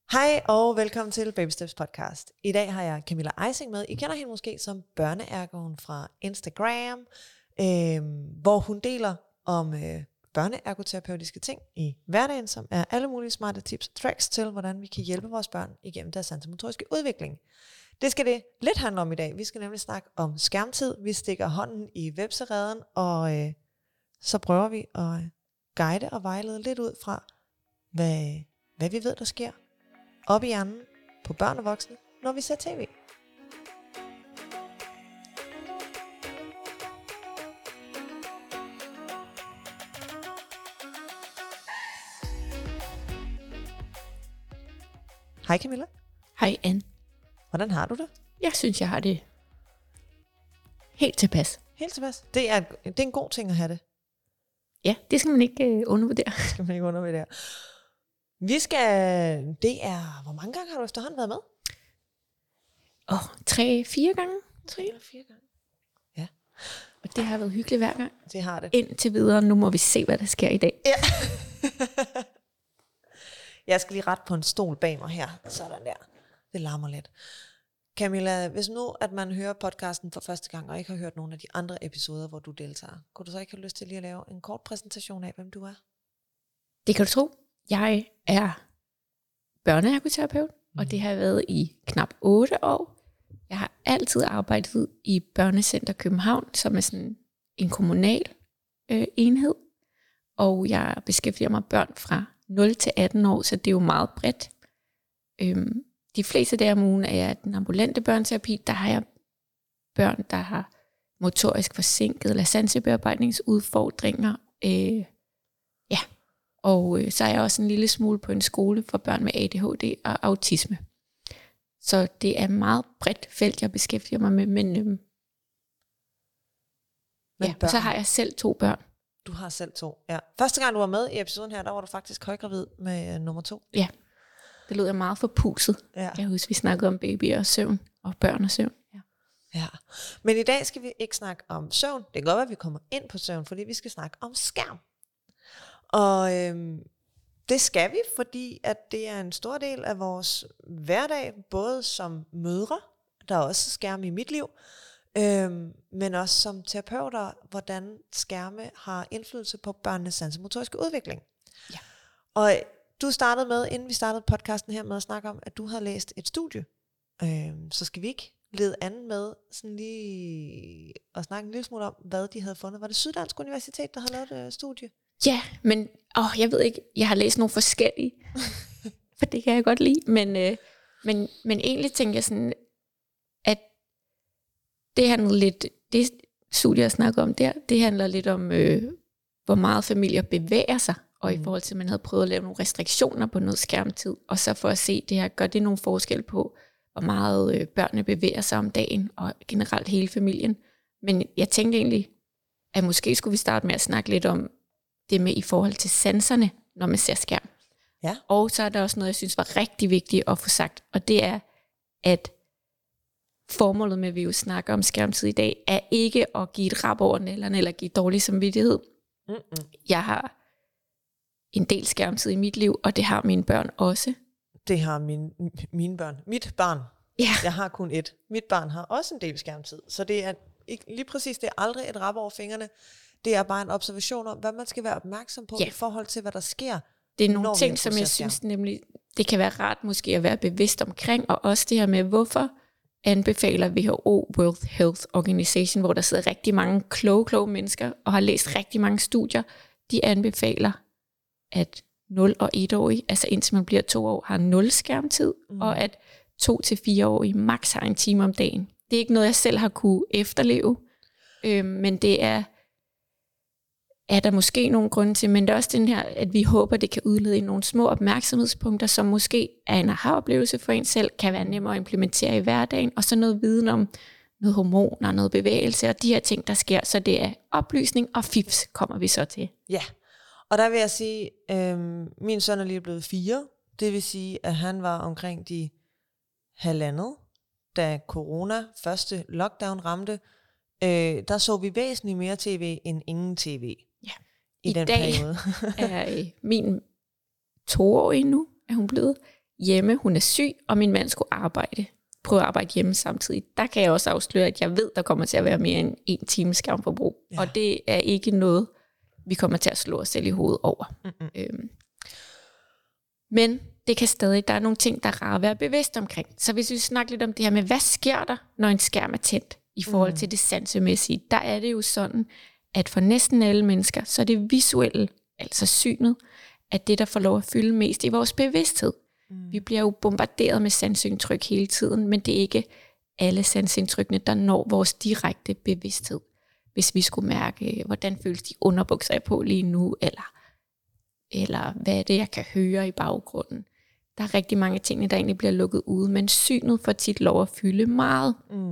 Hej og velkommen til Baby Steps podcast. I dag har jeg Camilla Eising med. I kender hende måske som børneergoen fra Instagram, hvor hun deler om børneergoterapeutiske ting i hverdagen, som er alle mulige smarte tips og tricks til, hvordan vi kan hjælpe vores børn igennem deres sansemotoriske udvikling. Det skal det lidt handle om i dag. Vi skal nemlig snakke om skærmtid. Vi stikker hånden i hvepsereden, og så prøver vi at guide og vejlede lidt ud fra, hvad vi ved, der sker op i hjernen på børn og voksne, når vi ser tv. Hej Camilla. Hej Anne. Hvordan har du det? Jeg synes, jeg har det helt tilpas. Helt tilpas. Det er en god ting at have det. Ja, det skal man ikke undervurdere. Det skal man ikke undervurdere. Hvor mange gange har du efterhånden været med? 3-4 gange. 3 eller 4 gange. Ja. Og det har været hyggeligt hver gang. Det har det. Indtil videre, nu må vi se, hvad der sker i dag. Ja. Jeg skal lige rette på en stol bag mig her. Sådan der. Det larmer lidt. Camilla, hvis nu, at man hører podcasten for første gang, og ikke har hørt nogen af de andre episoder, hvor du deltager, kunne du så ikke have lyst til lige at lave en kort præsentation af, hvem du er? Det kan du tro. Jeg er børneergoterapeut, og det har jeg været i knap 8 år. Jeg har altid arbejdet i Børnecenter København, som er sådan en kommunal enhed. Og jeg beskæftiger mig børn fra 0 til 18 år, så det er jo meget bredt. De fleste dage om ugen er jeg den ambulante børneterapi. Der har jeg børn, der har motorisk forsinket eller sansebearbejdningsudfordringer. Og så er jeg også en lille smule på en skole for børn med ADHD og autisme. Så det er et meget bredt felt, jeg beskæftiger mig med. Men og så har jeg selv 2 børn. Du har selv 2, ja. Første gang du var med i episoden her, der var du faktisk højgravid med nummer 2. Ja, det lød jeg meget forpudset. Ja. Jeg husker, vi snakkede om babyer og søvn, og børn og søvn. Ja. Men i dag skal vi ikke snakke om søvn. Det kan godt være, at vi kommer ind på søvn, fordi vi skal snakke om skærm. Og det skal vi, fordi at det er en stor del af vores hverdag, både som mødre, der er også skærm i mit liv, men også som terapeuter, hvordan skærme har indflydelse på børnenes sansemotoriske udvikling. Ja. Og du startede med, inden vi startede podcasten her, med at snakke om, at du havde læst et studie. Så skal vi ikke lede anden med sådan lige at snakke en lille smule om, hvad de havde fundet. Var det Syddansk Universitet, der havde lavet et studie? Ja, men jeg ved ikke, jeg har læst nogle forskellige, for det kan jeg godt lide, men egentlig tænker jeg sådan, at det handler lidt, det studie jeg snakker om der, det handler lidt om, hvor meget familier bevæger sig, og i forhold til, at man havde prøvet at lave nogle restriktioner på noget skærmtid, og så for at se det her, gør det nogle forskel på, hvor meget børnene bevæger sig om dagen, og generelt hele familien. Men jeg tænkte egentlig, at måske skulle vi starte med at snakke lidt om det med i forhold til sanserne, når man ser skærm. Ja. Og så er der også noget, jeg synes var rigtig vigtigt at få sagt, og det er, at formålet med, at vi jo snakker om skærmtid i dag, er ikke at give et rap over nælderne, eller give dårlig samvittighed. Jeg har en del skærmtid i mit liv, og det har mine børn også. Det har mine børn. Mit barn. Ja. Jeg har kun et. Mit barn har også en del skærmtid. Så det er lige præcis, det er aldrig et rap over fingrene. Det er bare en observation om, hvad man skal være opmærksom på i forhold til, hvad der sker. Det er nogle ting, som jeg synes nemlig, det kan være rart måske at være bevidst omkring, og også det her med, hvorfor anbefaler WHO, World Health Organization, hvor der sidder rigtig mange kloge mennesker, og har læst rigtig mange studier, de anbefaler, at 0- og 1-årige, altså indtil man bliver 2 år, har 0 skærmtid, og at 2- til 4-årige maks har 1 time om dagen. Det er ikke noget, jeg selv har kunne efterleve, men det er der måske nogle grunde til, men det er også den her, at vi håber, det kan udlede i nogle små opmærksomhedspunkter, som måske er en aha-oplevelse for en selv, kan være nemmere at implementere i hverdagen, og så noget viden om noget hormoner, noget bevægelse, og de her ting, der sker. Så det er oplysning og fifs, kommer vi så til. Ja, og der vil jeg sige, min søn er lige blevet 4, det vil sige, at han var omkring de 1,5, da corona, første lockdown ramte. Der så vi væsentligt mere tv end ingen tv. Ja. I den dag periode. er min 2-årige nu, er hun blevet. hjemme, hun er syg, og min mand skulle prøve at arbejde hjemme samtidig. Der kan jeg også afsløre, at jeg ved, der kommer til at være mere end 1 time skærmforbrug. Ja. Og det er ikke noget, vi kommer til at slå os selv i hovedet over. Men det kan stadig, der er nogle ting, der er rart at være bevidst omkring. Så hvis vi snakker lidt om det her med, hvad sker der, når en skærm er tændt i forhold til det sansemæssige, der er det jo sådan, at for næsten alle mennesker, så er det visuelle, altså synet, at det, der får lov at fylde mest i vores bevidsthed. Vi bliver jo bombarderet med sansindtryk hele tiden, men det er ikke alle sansindtrykkene, der når vores direkte bevidsthed. Hvis vi skulle mærke, hvordan føles de underbukser jeg på lige nu, eller hvad er det, jeg kan høre i baggrunden. Der er rigtig mange ting, der egentlig bliver lukket ude, men synet får tit lov at fylde meget.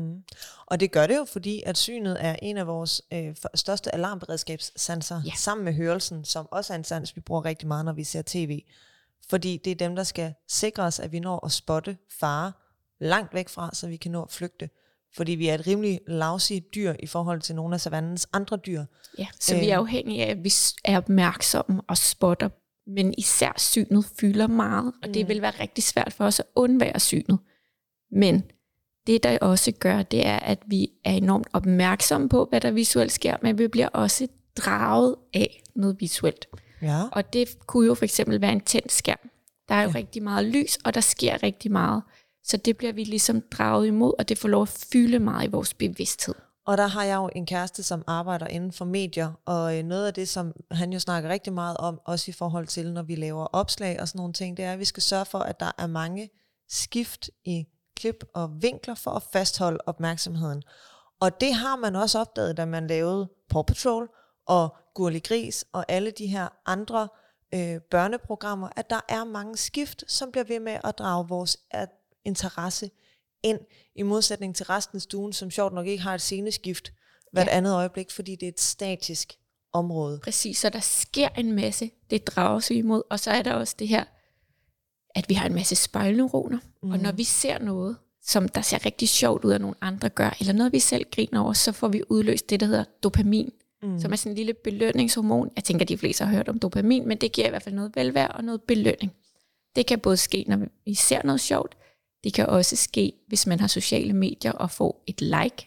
Og det gør det jo, fordi at synet er en af vores største alarmberedskabssanser, sammen med hørelsen, som også er en sans, vi bruger rigtig meget, når vi ser tv. Fordi det er dem, der skal sikre os, at vi når at spotte fare langt væk fra, så vi kan nå at flygte. Fordi vi er et rimelig lavsigt dyr i forhold til nogle af savannens andre dyr. Ja, så vi er afhængige af, at vi er opmærksomme og spotter. Men især synet fylder meget, og det vil være rigtig svært for os at undvære synet. Men det, der også gør, det er, at vi er enormt opmærksomme på, hvad der visuelt sker, men vi bliver også draget af noget visuelt. Ja. Og det kunne jo for eksempel være en tændt skærm. Der er jo rigtig meget lys, og der sker rigtig meget. Så det bliver vi ligesom draget imod, og det får lov at fylde meget i vores bevidsthed. Og der har jeg jo en kæreste, som arbejder inden for medier, og noget af det, som han jo snakker rigtig meget om, også i forhold til, når vi laver opslag og sådan nogle ting, det er, at vi skal sørge for, at der er mange skift i klip og vinkler for at fastholde opmærksomheden. Og det har man også opdaget, da man lavede Paw Patrol og Gurli Gris og alle de her andre børneprogrammer, at der er mange skift, som bliver ved med at drage vores interesse ind, i modsætning til resten af stuen, som sjovt nok ikke har et sceneskift hvert andet øjeblik, fordi det er et statisk område. Præcis, så der sker en masse, det drager sig imod, og så er der også det her, at vi har en masse spejlneuroner, og når vi ser noget, som der ser rigtig sjovt ud, at nogle andre gør, eller noget vi selv griner over, så får vi udløst det, der hedder dopamin, som er sådan en lille belønningshormon. Jeg tænker, de fleste har hørt om dopamin, men det giver i hvert fald noget velvære og noget belønning. Det kan både ske, når vi ser noget sjovt. Det kan også ske, hvis man har sociale medier og får et like.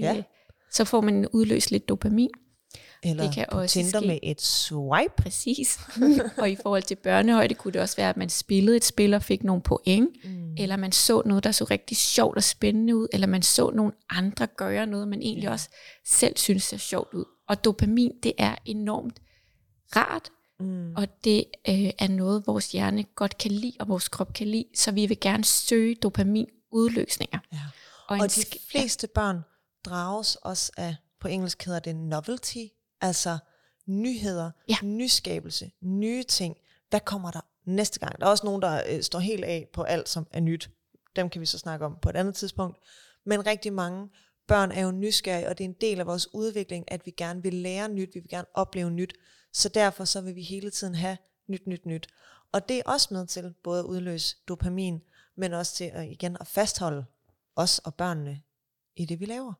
Så får man udløst lidt dopamin. Eller det kan på også Tinder ske med et swipe. Præcis. Og i forhold til børnehøjde kunne det også være, at man spillede et spil og fik nogle point. Eller man så noget, der så rigtig sjovt og spændende ud. Eller man så nogle andre gøre noget, man egentlig også selv synes ser sjovt ud. Og dopamin, det er enormt rart. Og det er noget, vores hjerne godt kan lide, og vores krop kan lide. Så vi vil gerne søge dopaminudløsninger. Ja. Og de fleste børn drages også af, på engelsk hedder det novelty, altså nyheder, nyskabelse, nye ting. Hvad kommer der næste gang? Der er også nogen, der står helt af på alt, som er nyt. Dem kan vi så snakke om på et andet tidspunkt. Men rigtig mange børn er jo nysgerrige, og det er en del af vores udvikling, at vi gerne vil lære nyt, vi vil gerne opleve nyt. Så derfor så vil vi hele tiden have nyt. Og det er også med til både at udløse dopamin, men også til at fastholde os og børnene i det, vi laver.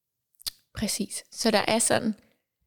Præcis. Så der er sådan,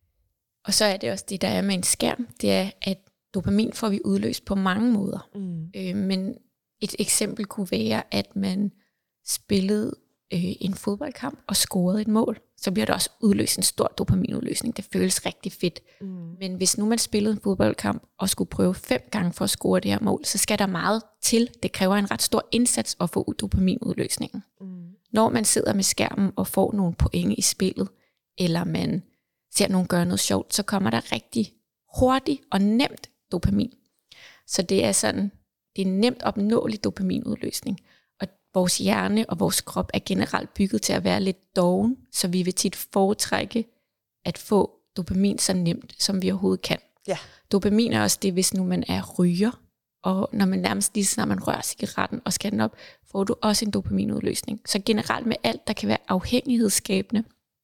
og så er det også det, der er med en skærm, det er, at dopamin får vi udløst på mange måder. Men et eksempel kunne være, at man spillede en fodboldkamp og scorede et mål, så bliver der også udløst en stor dopaminudløsning. Det føles rigtig fedt. Men hvis nu man spillede en fodboldkamp og skulle prøve 5 gange for at score det her mål, så skal der meget til. Det kræver en ret stor indsats at få dopaminudløsningen. Når man sidder med skærmen og får nogle point i spillet, eller man ser nogen gøre noget sjovt, så kommer der rigtig hurtigt og nemt dopamin. Så det er sådan, det er nemt opnåelig dopaminudløsning. Og vores hjerne og vores krop er generelt bygget til at være lidt doven, så vi vil tit foretrække at få dopamin så nemt, som vi overhovedet kan. Ja. Dopamin er også det, hvis nu man er ryger, og når man nærmest lige så, når man rører cigaretten og skal den op, får du også en dopaminudløsning. Så generelt med alt, der kan være afhængighedsskabende,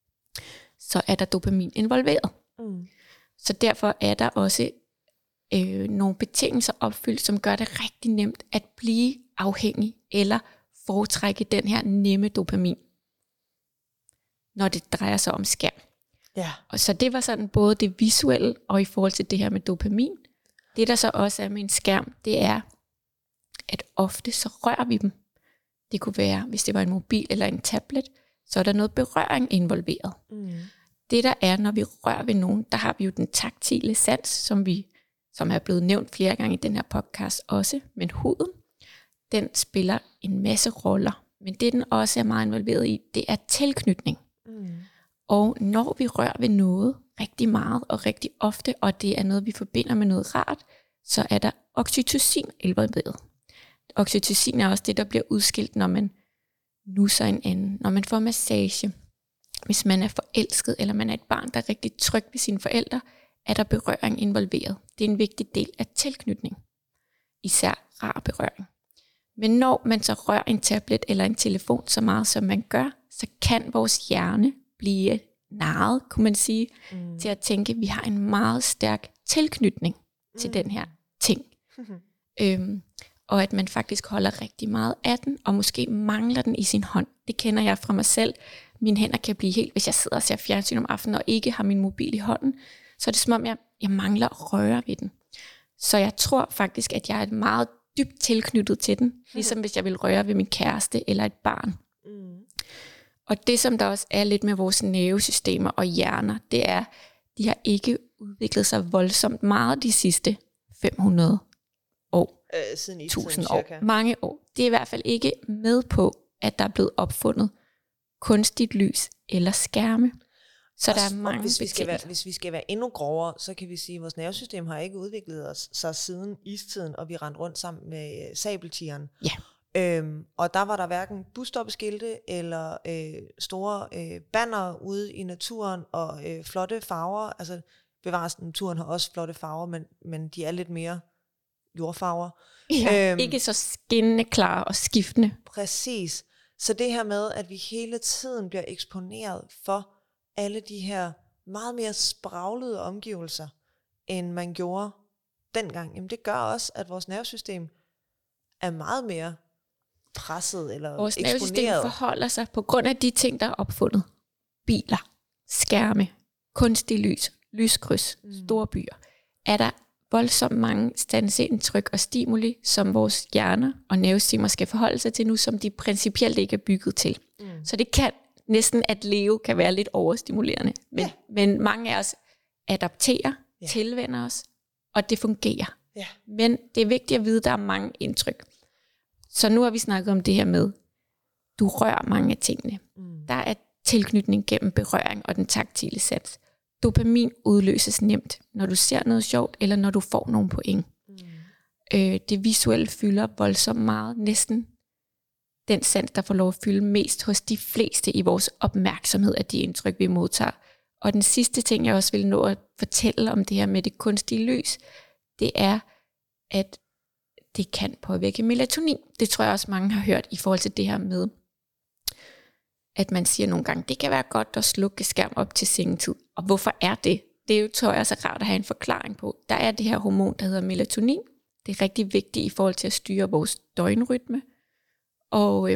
så er der dopamin involveret. Så derfor er der også nogle betingelser opfyldt, som gør det rigtig nemt at blive afhængig, eller foretrække den her nemme dopamin, når det drejer sig om skærm. Ja. Og så det var sådan både det visuelle, og i forhold til det her med dopamin. Det der så også er med en skærm, det er, at ofte så rører vi dem. Det kunne være, hvis det var en mobil eller en tablet, så er der noget berøring involveret. Det der er, når vi rører ved nogen, der har vi jo den taktile sans, som er blevet nævnt flere gange i den her podcast også, men huden, den spiller en masse roller. Men det, den også er meget involveret i, det er tilknytning. Og når vi rører ved noget rigtig meget og rigtig ofte, og det er noget, vi forbinder med noget rart, så er der oxytocin involveret. Oxytocin er også det, der bliver udskilt, når man nusser en anden, når man får massage. Hvis man er forelsket, eller man er et barn, der er rigtig tryg ved sine forældre, er der berøring involveret. Det er en vigtig del af tilknytning. Især rar berøring. Men når man så rører en tablet eller en telefon så meget, som man gør, så kan vores hjerne blive narret, kunne man sige, til at tænke, at vi har en meget stærk tilknytning til den her ting. Og at man faktisk holder rigtig meget af den, og måske mangler den i sin hånd. Det kender jeg fra mig selv. Mine hænder kan blive helt, hvis jeg sidder og ser fjernsyn om aftenen, og ikke har min mobil i hånden, så er det som om, jeg mangler at røre ved den. Så jeg tror faktisk, at jeg er meget dybt tilknyttet til den, ligesom hvis jeg vil røre ved min kæreste eller et barn. Og det, som der også er lidt med vores nervesystemer og hjerner, det er, de har ikke udviklet sig voldsomt meget de sidste 500 år. Siden 1000 år. Cirka. Mange år. Det er i hvert fald ikke med på, at der er blevet opfundet kunstigt lys eller skærme. Så der er mange hvis vi skal være endnu grovere, så kan vi sige, at vores nervesystem har ikke udviklet sig siden istiden, og vi rendte rundt sammen med sabeltigeren. Ja. Og der var der hverken busstoppeskilte eller store banner ude i naturen og flotte farver. Altså bevares, naturen har også flotte farver, men de er lidt mere jordfarver. Ja, ikke så skinnende klare og skiftende. Præcis. Så det her med, at vi hele tiden bliver eksponeret for alle de her meget mere spraglede omgivelser, end man gjorde dengang, jamen det gør også, at vores nervesystem er meget mere presset eller vores eksponeret. Vores nervesystem forholder sig på grund af de ting, der er opfundet. Biler, skærme, kunstig lys, lyskryds, store byer. Er der voldsomt mange standsindtryk og stimuli, som vores hjerner og nervesystemer skal forholde sig til nu, som de principielt ikke er bygget til. Så det kan næsten, at leve kan være lidt overstimulerende. Men mange af os adapterer, tilvender os, og det fungerer. Ja. Men det er vigtigt at vide, at der er mange indtryk. Så nu har vi snakket om det her med, du rører mange af tingene. Der er tilknytning gennem berøring og den taktile sans. Dopamin udløses nemt, når du ser noget sjovt, eller når du får nogle point. Det visuelle fylder voldsomt meget, næsten den sans, der får lov at fylde mest hos de fleste i vores opmærksomhed af de indtryk, vi modtager. Og den sidste ting, jeg også vil nå at fortælle om det her med det kunstige lys, det er, at det kan påvirke melatonin. Det tror jeg også mange har hørt i forhold til det her med, at man siger nogle gange, det kan være godt at slukke skærm op til sengetid. Og hvorfor er det? Det er jo, tror jeg, så rart at have en forklaring på. Der er det her hormon, der hedder melatonin. Det er rigtig vigtigt i forhold til at styre vores døgnrytme. Og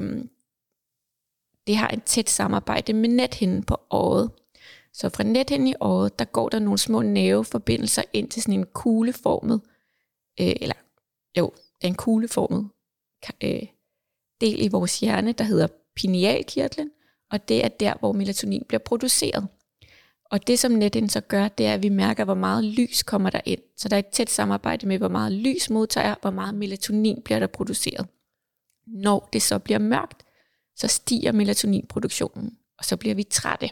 det har et tæt samarbejde med nethinden på øjet. Så fra nethinden i øjet, der går der nogle små nerveforbindelser ind til sådan en kugleformet, det er en kugleformet del i vores hjerne, der hedder pinealkirtlen, og det er der, hvor melatonin bliver produceret. Og det, som nethinden så gør, det er, at vi mærker, hvor meget lys kommer der ind. Så der er et tæt samarbejde med, hvor meget lys modtager, hvor meget melatonin bliver der produceret. Når det så bliver mørkt, så stiger melatoninproduktionen, og så bliver vi trætte.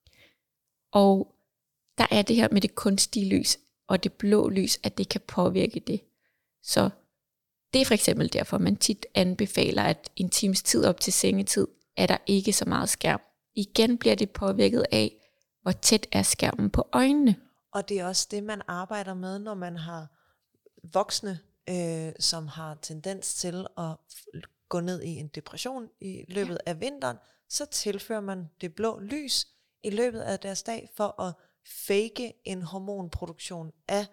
Og der er det her med det kunstige lys, og det blå lys, at det kan påvirke det. Så det er for eksempel derfor, man tit anbefaler, at en times tid op til sengetid, er der ikke så meget skærm. Igen bliver det påvirket af, hvor tæt er skærmen på øjnene. Og det er også det, man arbejder med, når man har voksne, som har tendens til at gå ned i en depression i løbet af vinteren, så tilfører man det blå lys i løbet af deres dag, for at fake en hormonproduktion af,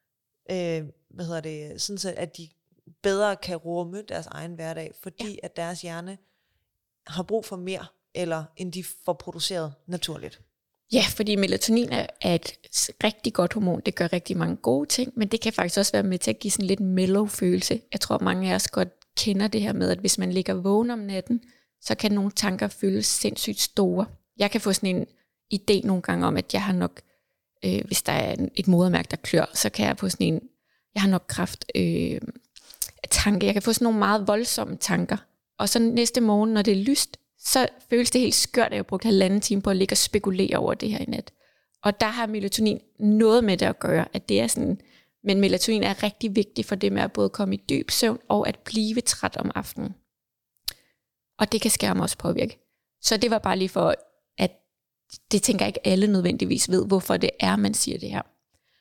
sådan så at de bedre kan rumme deres egen hverdag, fordi at deres hjerne har brug for mere, eller end de får produceret naturligt. Ja, fordi melatonin er et rigtig godt hormon. Det gør rigtig mange gode ting, men det kan faktisk også være med til at give sådan lidt mellow følelse. Jeg tror, mange af os godt kender det her med, at hvis man ligger vågen om natten, så kan nogle tanker føles sindssygt store. Jeg kan få sådan en idé nogle gange om, at jeg har nok, hvis der er et modermærke, der klør, så kan jeg få sådan en, jeg har nok kræft tanke. Jeg kan få sådan nogle meget voldsomme tanker. Og så næste morgen, når det er lyst, så føles det helt skørt, at jeg har brugt 1,5 time på at ligge og spekulere over det her i nat. Og der har melatonin noget med det at gøre, at det er sådan, men melatonin er rigtig vigtig for det med at både komme i dyb søvn og at blive træt om aftenen. Og det kan skærme også påvirke. Så det var bare lige for, at det tænker jeg ikke alle nødvendigvis ved, hvorfor det er, man siger det her.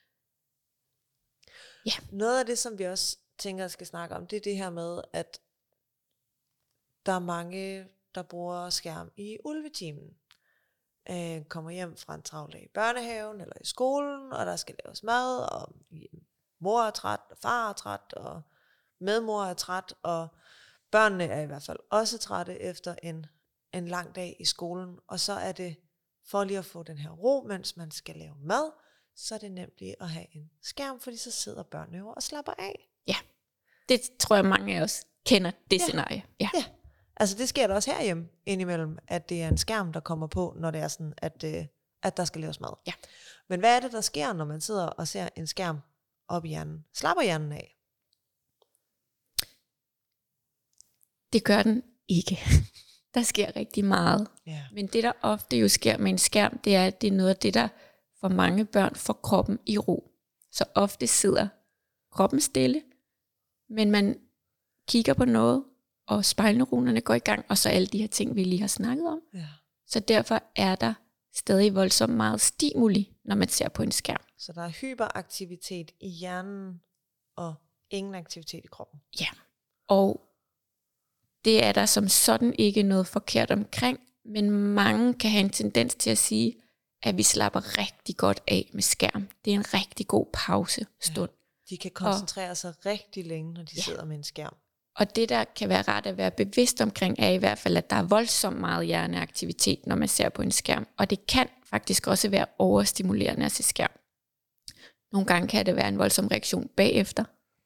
Ja. Noget af det, som vi også tænker, skal snakke om, det er det her med, at der er mange, der bruger skærm i ulvetimen. Kommer hjem fra en travl dag i børnehaven eller i skolen, og der skal laves mad, og mor er træt, og far er træt, og medmor er træt, og børnene er i hvert fald også trætte efter en lang dag i skolen, og så er det for lige at få den her ro, mens man skal lave mad, så er det nemlig at have en skærm, fordi så sidder børnene jo og slapper af. Ja, det tror jeg mange af os kender, det scenarie. Ja. Altså det sker der også herhjemme indimellem, at det er en skærm, der kommer på, når det er sådan, at der skal laves mad. Ja. Men hvad er det, der sker, når man sidder og ser en skærm op i hjernen? Slapper hjernen af? Det gør den ikke. Der sker rigtig meget. Ja. Men det, der ofte jo sker med en skærm, det er, at det er noget af det, der for mange børn får kroppen i ro. Så ofte sidder kroppen stille, men man kigger på noget, og spejlneuronerne går i gang, og så alle de her ting, vi lige har snakket om. Ja. Så derfor er der stadig voldsomt meget stimuli, når man ser på en skærm. Så der er hyperaktivitet i hjernen, og ingen aktivitet i kroppen. Ja, og det er der som sådan ikke noget forkert omkring, men mange kan have en tendens til at sige, at vi slapper rigtig godt af med skærm. Det er en rigtig god pausestund. Ja, de kan koncentrere sig rigtig længe, når de sidder med en skærm. Og det, der kan være rart at være bevidst omkring, er i hvert fald, at der er voldsomt meget hjerneaktivitet, når man ser på en skærm. Og det kan faktisk også være overstimulerende at se skærm. Nogle gange kan det være en voldsom reaktion bagefter.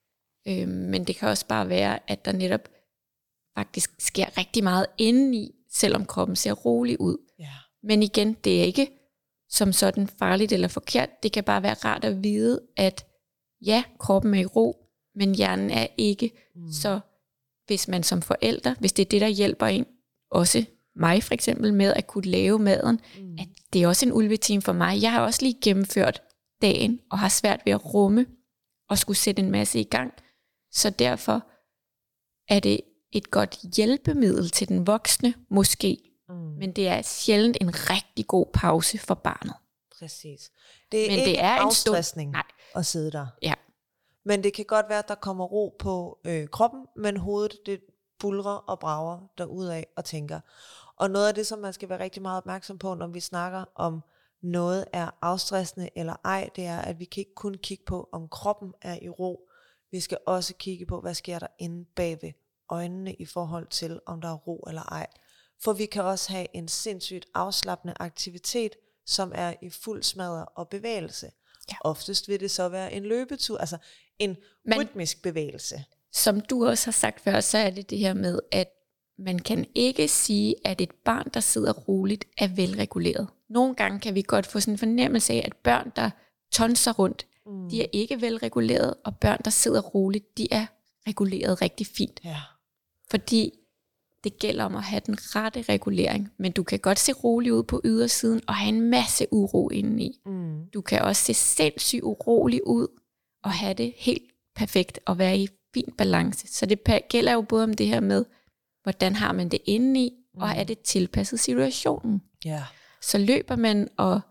Men det kan også bare være, at der netop faktisk sker rigtig meget indeni, selvom kroppen ser rolig ud. Ja. Men igen, det er ikke som sådan farligt eller forkert. Det kan bare være rart at vide, at ja, kroppen er i ro, men hjernen er ikke. Så hvis man som forælder, hvis det er det, der hjælper en, også mig for eksempel, med at kunne lave maden, at det er også en ulvetime for mig. Jeg har også lige gennemført dagen, og har svært ved at rumme, og skulle sætte en masse i gang. Så derfor er det et godt hjælpemiddel til den voksne, måske. Men det er sjældent en rigtig god pause for barnet. Præcis. Det er men ikke det er en afstressning at sidde der. Ja. Men det kan godt være, at der kommer ro på kroppen, men hovedet det bulrer og brager derudad og tænker. Og noget af det, som man skal være rigtig meget opmærksom på, når vi snakker om noget er afstressende eller ej, det er, at vi kan ikke kun kigge på, om kroppen er i ro. Vi skal også kigge på, hvad sker der inde bag ved øjnene i forhold til, om der er ro eller ej. For vi kan også have en sindssygt afslappende aktivitet, som er i fuld smadre og bevægelse. Ja. Oftest vil det så være en løbetur, altså en rytmisk bevægelse. Som du også har sagt før, så er det her med, at man kan ikke sige, at et barn, der sidder roligt, er velreguleret. Nogle gange kan vi godt få sådan en fornemmelse af, at børn, der tonser rundt, de er ikke velreguleret, og børn, der sidder roligt, de er reguleret rigtig fint. Ja. Fordi det gælder om at have den rette regulering, men du kan godt se rolig ud på ydersiden og have en masse uro indeni. Du kan også se sindssygt urolig ud og have det helt perfekt og være i fin balance. Så det gælder jo både om det her med, hvordan har man det indeni, og er det tilpasset situationen. Ja. Så løber man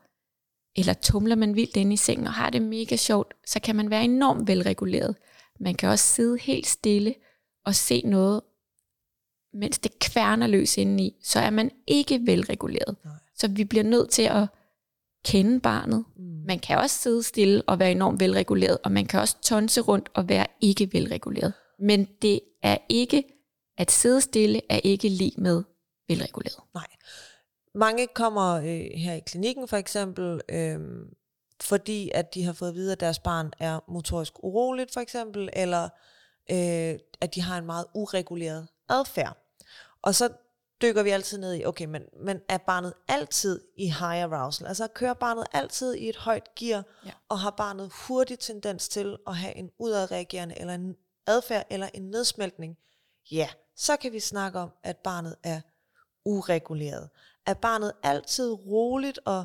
eller tumler man vildt inde i sengen og har det mega sjovt, så kan man være enormt velreguleret. Man kan også sidde helt stille og se noget, mens det kværner løs indeni, så er man ikke velreguleret. Nej. Så vi bliver nødt til at kende barnet. Man kan også sidde stille og være enormt velreguleret, og man kan også tonse rundt og være ikke velreguleret. Men det er ikke, at sidde stille er ikke lig med velreguleret. Nej. Mange kommer her i klinikken for eksempel, fordi at de har fået at vide, at deres barn er motorisk uroligt for eksempel, eller at de har en meget ureguleret adfærd. Og så dykker vi altid ned i, okay, men er barnet altid i high arousal? Altså kører barnet altid i et højt gear, og har barnet hurtig tendens til at have en udadreagerende eller en adfærd eller en nedsmeltning? Ja, så kan vi snakke om, at barnet er ureguleret. Er barnet altid roligt og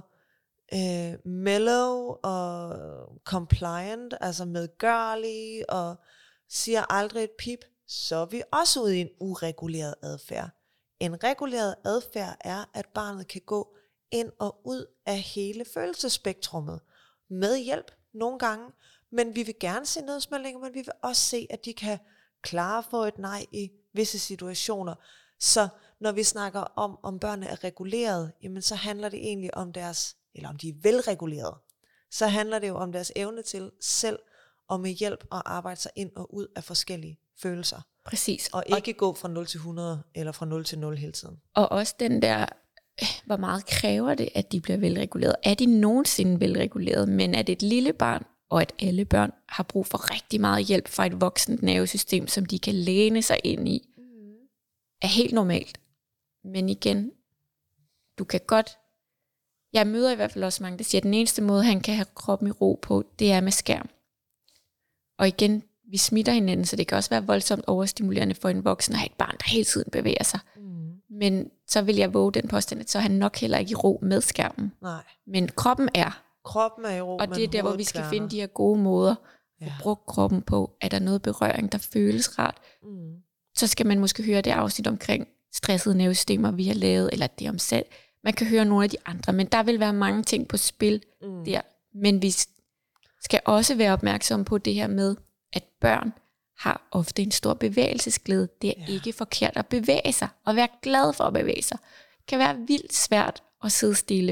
mellow og compliant, altså medgørlig og siger aldrig et pip, så er vi også ude i en ureguleret adfærd. En reguleret adfærd er, at barnet kan gå ind og ud af hele følelsesspektrummet med hjælp nogle gange, men vi vil gerne se nedsmeltninger, men vi vil også se, at de kan klare for et nej i visse situationer. Så når vi snakker om børnene er reguleret, jamen så handler det egentlig om eller om de er velreguleret, så handler det jo om deres evne til selv og med hjælp at arbejde sig ind og ud af forskellige følelser. Præcis. Og ikke gå fra 0 til 100 eller fra 0 til 0 hele tiden. Og også den der, hvor meget kræver det, at de bliver velreguleret? Er de nogensinde velreguleret? Men at et lille barn, og at alle børn har brug for rigtig meget hjælp fra et voksent nervesystem, som de kan læne sig ind i, er helt normalt. Men igen, du kan godt, jeg møder i hvert fald også mange, der siger, at den eneste måde, han kan have kroppen i ro på, det er med skærm. Og igen, vi smitter hinanden, så det kan også være voldsomt overstimulerende for en voksen at have et barn, der hele tiden bevæger sig. Men så vil jeg våge den påstand, at så er han nok heller ikke i ro med skærmen. Nej. Men kroppen er. Kroppen er i ro. Og det er der, hvor vi skal finde de her gode måder at bruge kroppen på. Er der noget berøring, der føles rart? Så skal man måske høre det afsnit omkring stressede nervesystemer, vi har lavet, eller det om selv. Man kan høre nogle af de andre, men der vil være mange ting på spil der. Men vi skal også være opmærksomme på det her med, at børn har ofte en stor bevægelsesglæde. Det er ikke forkert at bevæge sig, og være glad for at bevæge sig. Det kan være vildt svært at sidde stille.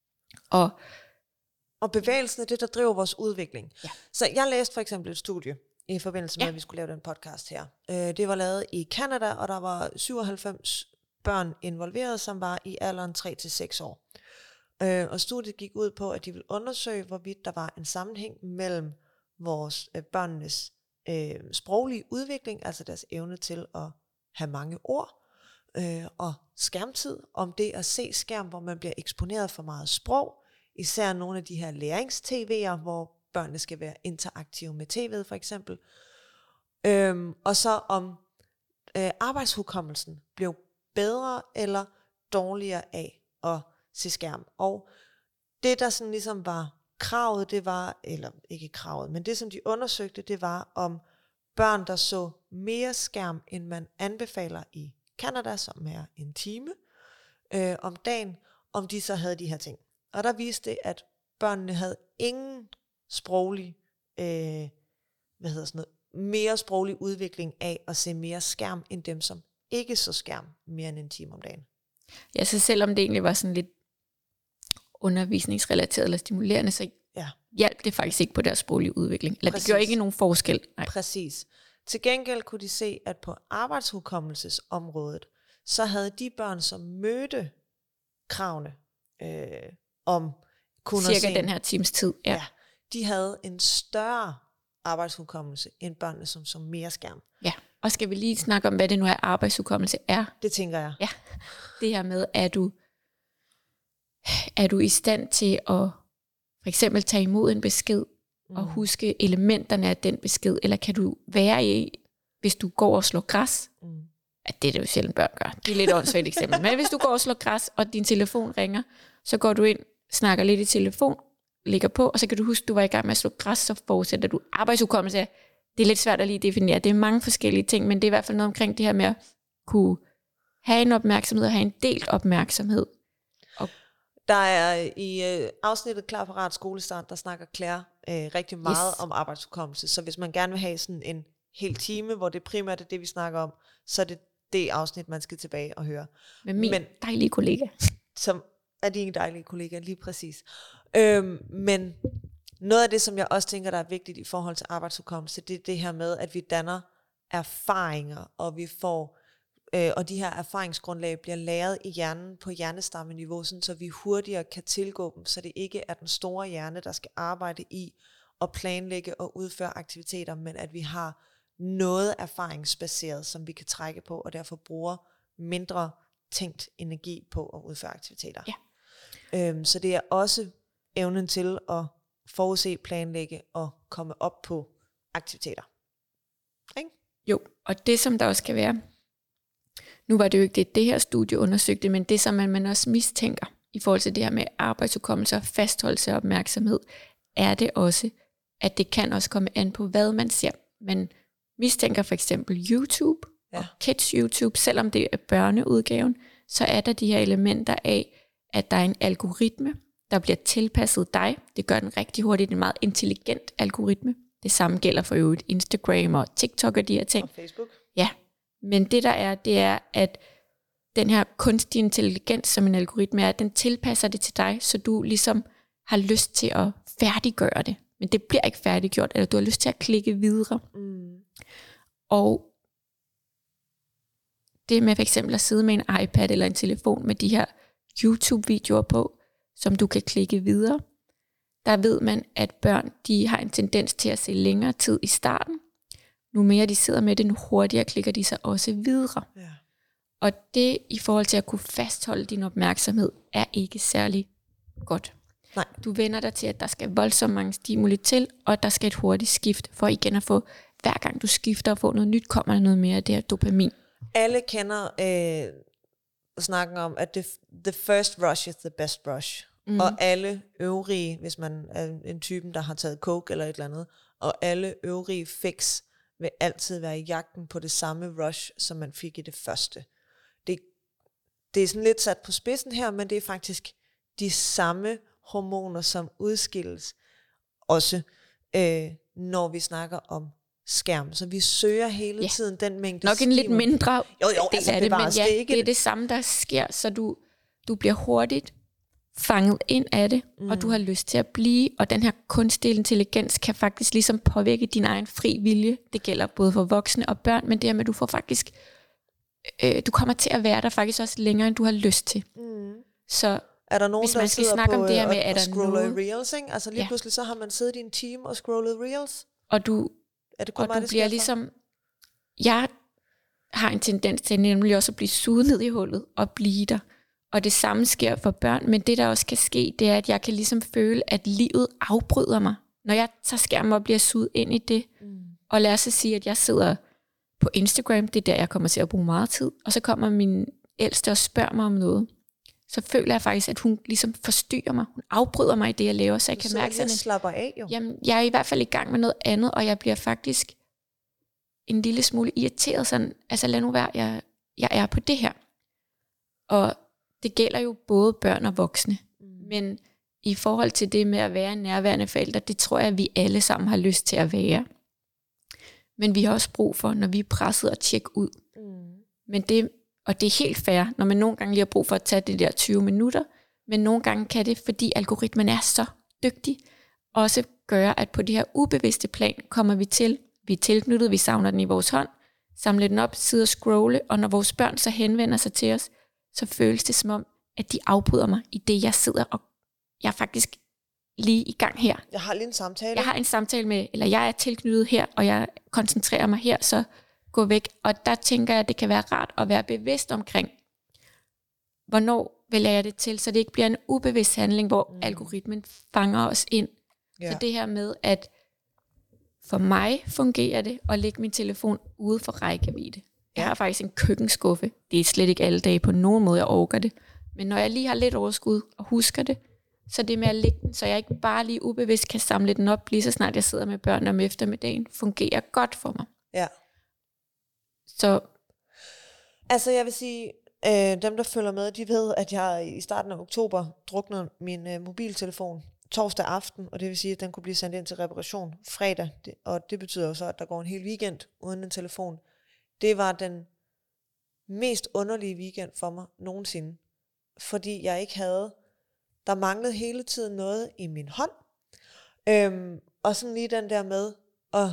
Og bevægelsen er det, der driver vores udvikling. Ja. Så jeg læste for eksempel et studie, i forbindelse med, at vi skulle lave den podcast her. Det var lavet i Canada, og der var 97 børn involveret, som var i alderen 3-6 år. Og studiet gik ud på, at de ville undersøge, hvorvidt der var en sammenhæng mellem vores børnenes sproglige udvikling, altså deres evne til at have mange ord, og skærmtid, om det at se skærm, hvor man bliver eksponeret for meget sprog, især nogle af de her lærings-tv'er, hvor børnene skal være interaktive med tv'et for eksempel, og så om arbejdshukommelsen blev bedre eller dårligere af at se skærm. Og det der sådan ligesom var kravet, det var, eller ikke kravet, men det som de undersøgte, det var om børn, der så mere skærm, end man anbefaler i Canada, som er 1 time om dagen, om de så havde de her ting. Og der viste det, at børnene havde ingen sproglig, mere sproglig udvikling af at se mere skærm, end dem, som ikke så skærm mere end 1 time om dagen. Ja, så selvom det egentlig var sådan lidt undervisningsrelateret eller stimulerende, så hjalp det faktisk ikke på deres sproglige udvikling. Eller det gjorde ikke nogen forskel. Nej. Præcis. Til gengæld kunne de se, at på arbejdshukommelsesområdet, så havde de børn, som mødte kravene om kun cirka den her times tid, de havde en større arbejdshukommelse end børnene, som så mere skærm. Ja, og skal vi lige snakke om, hvad det nu er, arbejdshukommelse er? Det tænker jeg. Ja, det her med, er du i stand til at for eksempel tage imod en besked, og huske elementerne af den besked, eller kan du være i, hvis du går og slår græs, at det er det jo sjældent børn gør, det er lidt åndssvagt eksempel, men hvis du går og slår græs, og din telefon ringer, så går du ind, snakker lidt i telefon, ligger på, og så kan du huske, du var i gang med at slå græs, så forudsætter du arbejdshukommelse. Det er lidt svært at lige definere, det er mange forskellige ting, men det er i hvert fald noget omkring det her med at kunne have en opmærksomhed, og have en delt opmærksomhed. Der er i afsnittet Klar Parat Skolestart, der snakker Claire rigtig meget om arbejdshukommelse. Så hvis man gerne vil have sådan en hel time, hvor det primært er det, vi snakker om, så er det afsnit, man skal tilbage og høre. Med min dejlige kollega. Som er din dejlige kollega, lige præcis. Men noget af det, som jeg også tænker, der er vigtigt i forhold til arbejdshukommelse, det er det her med, at vi danner erfaringer, og vi får og de her erfaringsgrundlag bliver lagret i hjernen på hjernestammeniveau, sådan så vi hurtigere kan tilgå dem, så det ikke er den store hjerne, der skal arbejde i og planlægge og udføre aktiviteter, men at vi har noget erfaringsbaseret, som vi kan trække på, og derfor bruger mindre tænkt energi på at udføre aktiviteter. Ja. Så det er også evnen til at forudse, planlægge og komme op på aktiviteter. Ikke? Jo, og det som der også kan være, nu var det jo ikke det her studie undersøgte, men det som man også mistænker i forhold til det her med arbejdsudkommelse og fastholdelse og opmærksomhed, er det også, at det kan også komme an på, hvad man ser. Man mistænker for eksempel YouTube og Kids YouTube, selvom det er børneudgaven, så er der de her elementer af, at der er en algoritme, der bliver tilpasset dig. Det gør den rigtig hurtigt, en meget intelligent algoritme. Det samme gælder for øvrigt Instagram og TikTok og de her ting. Og Facebook. Ja, men det er, at den her kunstig intelligens, som en algoritme er, den tilpasser det til dig, så du ligesom har lyst til at færdiggøre det. Men det bliver ikke færdiggjort, eller du har lyst til at klikke videre. Og det med for eksempel at sidde med en iPad eller en telefon med de her YouTube-videoer på, som du kan klikke videre, der ved man, at børn de har en tendens til at se længere tid i starten. Nu mere de sidder med det, nu hurtigere klikker de sig også videre. Ja. Og det i forhold til at kunne fastholde din opmærksomhed, er ikke særlig godt. Nej. Du vender dig til, at der skal voldsomt mange stimuli til, og der skal et hurtigt skift, for igen at få, hver gang du skifter og får noget nyt, kommer der noget mere af det her dopamin. Alle kender snakken om, at the first rush is the best rush. Og alle øvrige, hvis man er en typen, der har taget coke eller et eller andet, og alle øvrige fix vil altid være i jagten på det samme rush, som man fik i det første. Det er sådan lidt sat på spidsen her, men det er faktisk de samme hormoner, som udskilles, også når vi snakker om skærm. Så vi søger hele tiden den mængde nok en lidt mindre del altså af det, men ja, det er det samme, der sker, så du bliver hurtigt fanget ind af det, og du har lyst til at blive, og den her kunstig intelligens kan faktisk ligesom påvirke din egen fri vilje. Det gælder både for voksne og børn, men det er med, at du får faktisk, du kommer til at være der faktisk også længere, end du har lyst til. Så er der nogen, hvis man skal snakke om det her med, at der scroller i reels, ikke? Altså lige pludselig så har man siddet i en time og scrollet reels. Og du bliver ligesom, jeg har en tendens til nemlig også at blive suget ned i hullet og blive der. Og det samme sker for børn, men det der også kan ske, det er, at jeg kan ligesom føle, at livet afbryder mig, når jeg tager skærmen og bliver suget ind i det. Og lad os sige, at jeg sidder på Instagram, det er der, jeg kommer til at bruge meget tid, og så kommer min ældste og spørger mig om noget. Så føler jeg faktisk, at hun ligesom forstyrrer mig. Hun afbryder mig i det, jeg laver, så jeg kan mærke sådan, slapper af jo. Jamen, jeg er i hvert fald i gang med noget andet, og jeg bliver faktisk en lille smule irriteret sådan, altså lad nu være, jeg er på det her. Og det gælder jo både børn og voksne. Men i forhold til det med at være en nærværende forælder, det tror jeg, at vi alle sammen har lyst til at være. Men vi har også brug for, når vi er presset, at tjekke ud. Men og det er helt fair, når man nogle gange lige har brug for at tage de der 20 minutter, men nogle gange kan det, fordi algoritmen er så dygtig, også gøre, at på det her ubevidste plan kommer vi er tilknyttet, vi savner den i vores hånd, samle den op, sidde og scrolle, og når vores børn så henvender sig til os, så føles det som om, at de afbryder mig i det, jeg sidder, og jeg er faktisk lige i gang her. Jeg har lige en samtale. Jeg har en samtale med, eller jeg er tilknyttet her, og jeg koncentrerer mig her, så gå væk. Og der tænker jeg, at det kan være rart at være bevidst omkring, hvornår vælger jeg det til, så det ikke bliver en ubevidst handling, hvor algoritmen fanger os ind. Ja. Så det her med, at for mig fungerer det at lægge min telefon ude for rækkevidde. Jeg har faktisk en køkkenskuffe. Det er slet ikke alle dage på nogen måde, jeg orker det. Men når jeg lige har lidt overskud og husker det, så det med at lægge den, så jeg ikke bare lige ubevidst kan samle den op, lige så snart jeg sidder med børn om eftermiddagen, fungerer godt for mig. Ja. Så. Altså jeg vil sige, dem der følger med, de ved, at jeg i starten af oktober druknede min mobiltelefon torsdag aften, og det vil sige, at den kunne blive sendt ind til reparation fredag, og det betyder jo så, at der går en hel weekend uden en telefon. Det var den mest underlige weekend for mig nogensinde, fordi jeg ikke havde, der manglede hele tiden noget i min hånd, og sådan lige den der med, og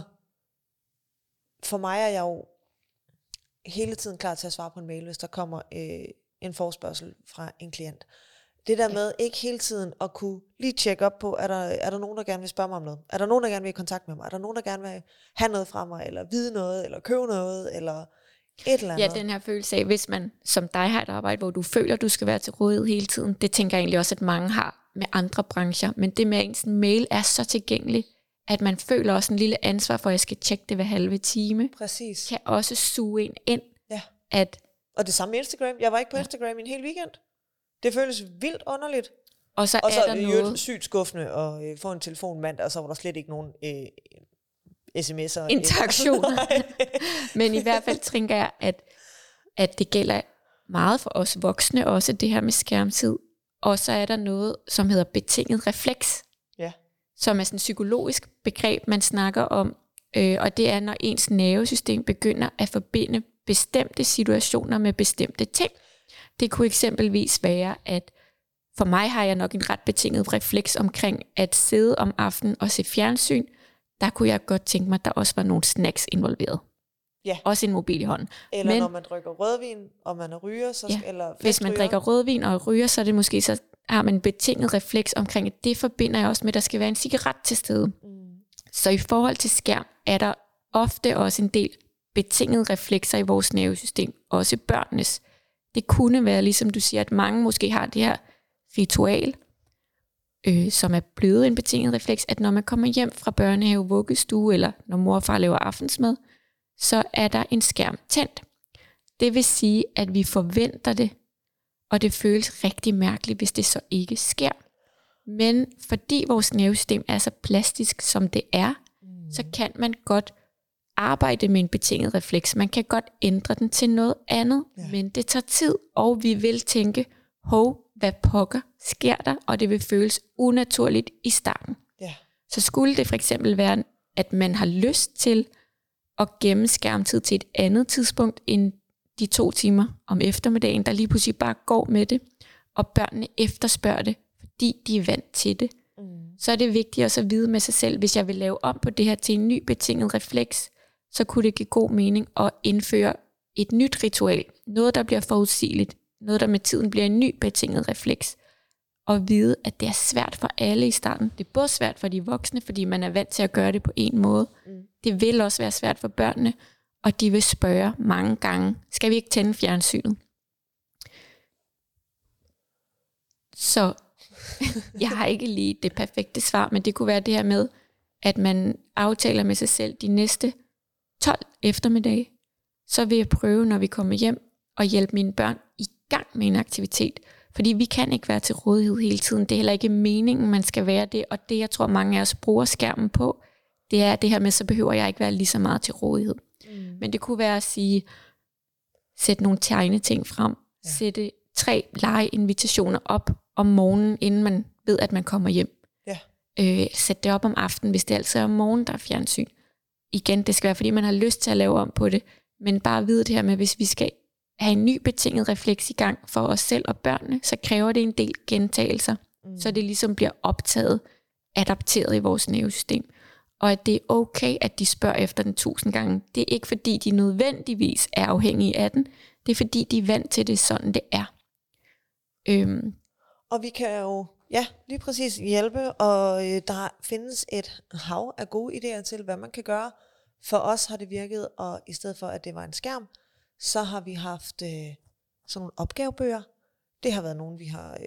for mig er jeg jo hele tiden klar til at svare på en mail, hvis der kommer en forespørgsel fra en klient. Det der med ikke hele tiden at kunne lige tjekke op på, er der nogen, der gerne vil spørge mig om noget? Er der nogen, der gerne vil i kontakt med mig? Er der nogen, der gerne vil have noget fra mig, eller vide noget, eller købe noget, eller et eller andet? Ja, den her følelse af, hvis man som dig har et arbejde, hvor du føler, du skal være til rådighed hele tiden, det tænker jeg egentlig også, at mange har med andre brancher. Men det med, at ens mail er så tilgængelig, at man føler også en lille ansvar for, at jeg skal tjekke det hver halve time. Præcis. Kan også suge en ind. Ja. Og det samme med Instagram. Jeg var ikke på Instagram i en hel weekend. Det føles vildt underligt. Og så er der noget sygt skuffende at få en telefon mandag, og så var der slet ikke nogen sms'er. Interaktioner. Men i hvert fald tænker jeg, at det gælder meget for os voksne, også det her med skærmtid. Og så er der noget, som hedder betinget refleks. Ja. Som er sådan et psykologisk begreb, man snakker om. Og det er, når ens nervesystem begynder at forbinde bestemte situationer med bestemte ting. Det kunne eksempelvis være, at for mig har jeg nok en ret betinget refleks omkring at sidde om aftenen og se fjernsyn. Der kunne jeg godt tænke mig, at der også var nogle snacks involveret. Ja. Også en mobil i hånden. Eller når man drikker rødvin, og man er ryger, så eller hvis man drikker rødvin og ryger, så er det måske, så har man en betinget refleks omkring, at det forbinder jeg også med, at der skal være en cigaret til stede. Så i forhold til skærm, er der ofte også en del betingede reflekser i vores nervesystem, også børnenes. Det kunne være, ligesom du siger, at mange måske har det her ritual, som er blevet en betinget refleks, at når man kommer hjem fra børnehave, vuggestue, eller når mor og far laver aftensmad, så er der en skærm tændt. Det vil sige, at vi forventer det, og det føles rigtig mærkeligt, hvis det så ikke sker. Men fordi vores nervesystem er så plastisk, som det er, så kan man godt arbejde med en betinget refleks. Man kan godt ændre den til noget andet, men det tager tid, og vi vil tænke, hvad pokker sker der, og det vil føles unaturligt i starten. Ja. Så skulle det for eksempel være, at man har lyst til at gemme skærmtid til et andet tidspunkt end de 2 timer om eftermiddagen, der lige pludselig bare går med det, og børnene efterspørger det, fordi de er vant til det, så er det vigtigt også at vide med sig selv, hvis jeg vil lave om på det her til en ny betinget refleks, så kunne det give god mening at indføre et nyt ritual, noget der bliver forudsigeligt, noget der med tiden bliver en ny betinget refleks, og vide, at det er svært for alle i starten. Det er både svært for de voksne, fordi man er vant til at gøre det på en måde. Det vil også være svært for børnene, og de vil spørge mange gange, skal vi ikke tænde fjernsynet? Så jeg har ikke lige det perfekte svar, men det kunne være det her med, at man aftaler med sig selv de næste 12 eftermiddage, så vil jeg prøve, når vi kommer hjem, at hjælpe mine børn i gang med en aktivitet. Fordi vi kan ikke være til rådighed hele tiden. Det er heller ikke meningen, man skal være det. Og det, jeg tror, mange af os bruger skærmen på, det er det her med, så behøver jeg ikke være lige så meget til rådighed. Men det kunne være at sige, sætte nogle tegneting frem, sætte 3 legeinvitationer op om morgenen, inden man ved, at man kommer hjem. Sæt det op om aftenen, hvis det altså er om morgenen, der er fjernsyn. Igen, det skal være, fordi man har lyst til at lave om på det, men bare vide det her med, hvis vi skal have en ny betinget refleks i gang for os selv og børnene, så kræver det en del gentagelser, så det ligesom bliver optaget, adapteret i vores nervesystem. Og at det er okay, at de spørger efter den 1000 gange. Det er ikke fordi, de nødvendigvis er afhængige af den, det er fordi, de er vant til det, sådan det er. Og vi kan jo lige præcis hjælpe, og der findes et hav af gode idéer til, hvad man kan gøre. For os har det virket, og i stedet for, at det var en skærm, så har vi haft sådan nogle opgavebøger. Det har været nogle, vi har,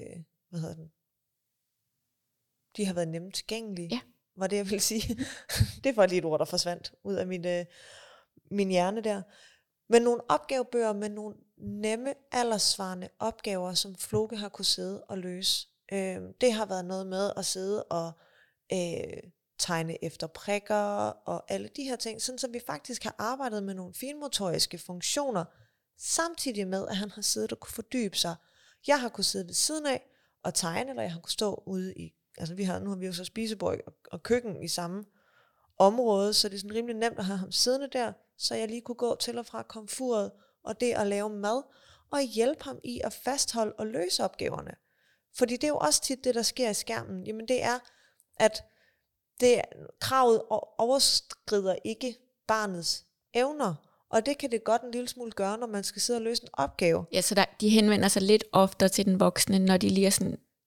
de har været nemt tilgængelige, var det jeg vil sige. Det var lige et ord, der forsvandt ud af min hjerne der. Men nogle opgavebøger med nogle nemme, alderssvarende opgaver, som Floke har kunne sidde og løse. Det har været noget med at sidde og tegne efter prikker og alle de her ting, sådan så vi faktisk har arbejdet med nogle finmotoriske funktioner, samtidig med, at han har siddet og kunne fordybe sig. Jeg har kunnet sidde ved siden af og tegne, eller jeg har kunnet stå ude i, altså nu har vi jo så spisebord og køkken i samme område, så det er sådan rimelig nemt at have ham siddende der, så jeg lige kunne gå til og fra komfuret, og det at lave mad, og hjælpe ham i at fastholde og løse opgaverne. Fordi det er jo også tit det, der sker i skærmen. Jamen det er, at kravet overskrider ikke barnets evner, og det kan det godt en lille smule gøre, når man skal sidde og løse en opgave. Ja, så de henvender sig lidt oftere til den voksne, når de lige er sådan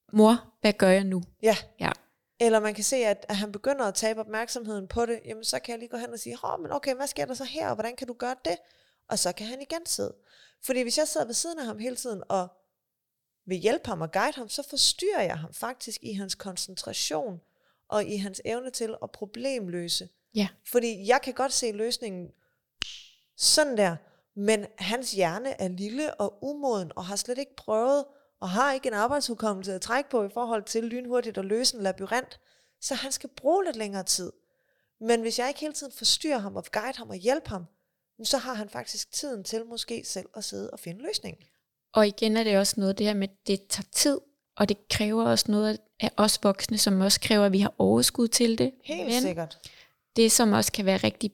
mor, hvad gør jeg nu? Ja. Ja. Eller man kan se, at han begynder at tabe opmærksomheden på det, jamen så kan jeg lige gå hen og sige, men okay, hvad sker der så her, og hvordan kan du gøre det? Og så kan han igen sidde. Fordi hvis jeg sidder ved siden af ham hele tiden, og vil hjælpe ham og guide ham, så forstyrrer jeg ham faktisk i hans koncentration, og i hans evne til at problemløse. Ja. Fordi jeg kan godt se løsningen sådan der, men hans hjerne er lille og umoden, og har slet ikke prøvet, og har ikke en arbejdsudkommelse at trække på i forhold til lynhurtigt at løse en labyrint, så han skal bruge lidt længere tid. Men hvis jeg ikke hele tiden forstyrrer ham og guide ham og hjælpe ham, så har han faktisk tiden til måske selv at sidde og finde løsningen. Og igen er det også noget det her med, det tager tid, og det kræver også noget af os voksne, som også kræver, at vi har overskud til det. Helt sikkert. Det, som også kan være rigtig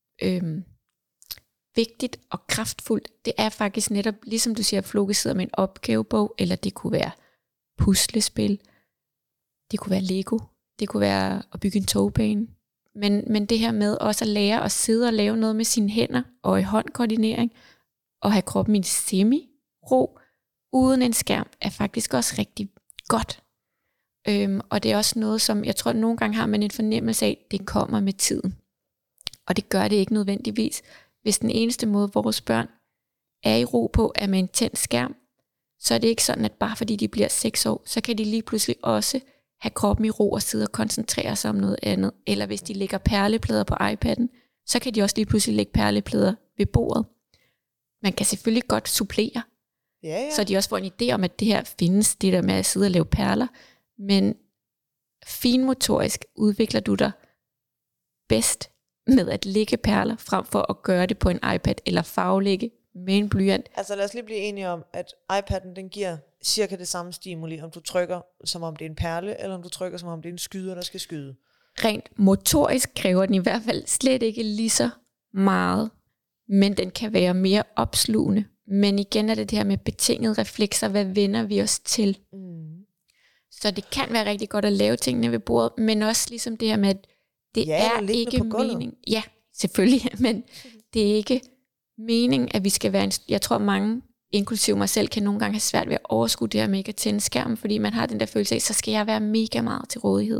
vigtigt og kraftfuldt, det er faktisk netop, ligesom du siger, at Floke sidder med en opgavebog, eller det kunne være puslespil, det kunne være Lego, det kunne være at bygge en togbane. Men det her med også at lære at sidde og lave noget med sine hænder, og i håndkoordinering, og have kroppen i en semi-ro, uden en skærm, er faktisk også rigtig godt. Og det er også noget, som jeg tror, at nogle gange har man en fornemmelse af, det kommer med tiden. Og det gør det ikke nødvendigvis. Hvis den eneste måde, vores børn er i ro på, er med en tændt skærm, så er det ikke sådan, at bare fordi de bliver 6 år, så kan de lige pludselig også have kroppen i ro og sidde og koncentrere sig om noget andet. Eller hvis de lægger perleplader på iPad'en, så kan de også lige pludselig lægge perleplader ved bordet. Man kan selvfølgelig godt supplere, så de også får en idé om, at det her findes, det der med at sidde og lave perler. Men finmotorisk udvikler du dig bedst med at lægge perler, frem for at gøre det på en iPad, eller farvelægge med en blyant. Altså lad os lige blive enige om, at iPad'en den giver cirka det samme stimuli, om du trykker, som om det er en perle, eller om du trykker, som om det er en skyder, der skal skyde. Rent motorisk kræver den i hvert fald slet ikke lige så meget, men den kan være mere opslugende. Men igen er det her med betingede reflekser, hvad vender vi os til? Så det kan være rigtig godt at lave tingene ved bordet, men også ligesom det her med, at det er ikke mening. Ja, selvfølgelig, men det er ikke mening, at vi skal være jeg tror mange, inklusive mig selv, kan nogle gange have svært ved at overskue det her med ikke at tænde skærmen, fordi man har den der følelse af, så skal jeg være mega meget til rådighed.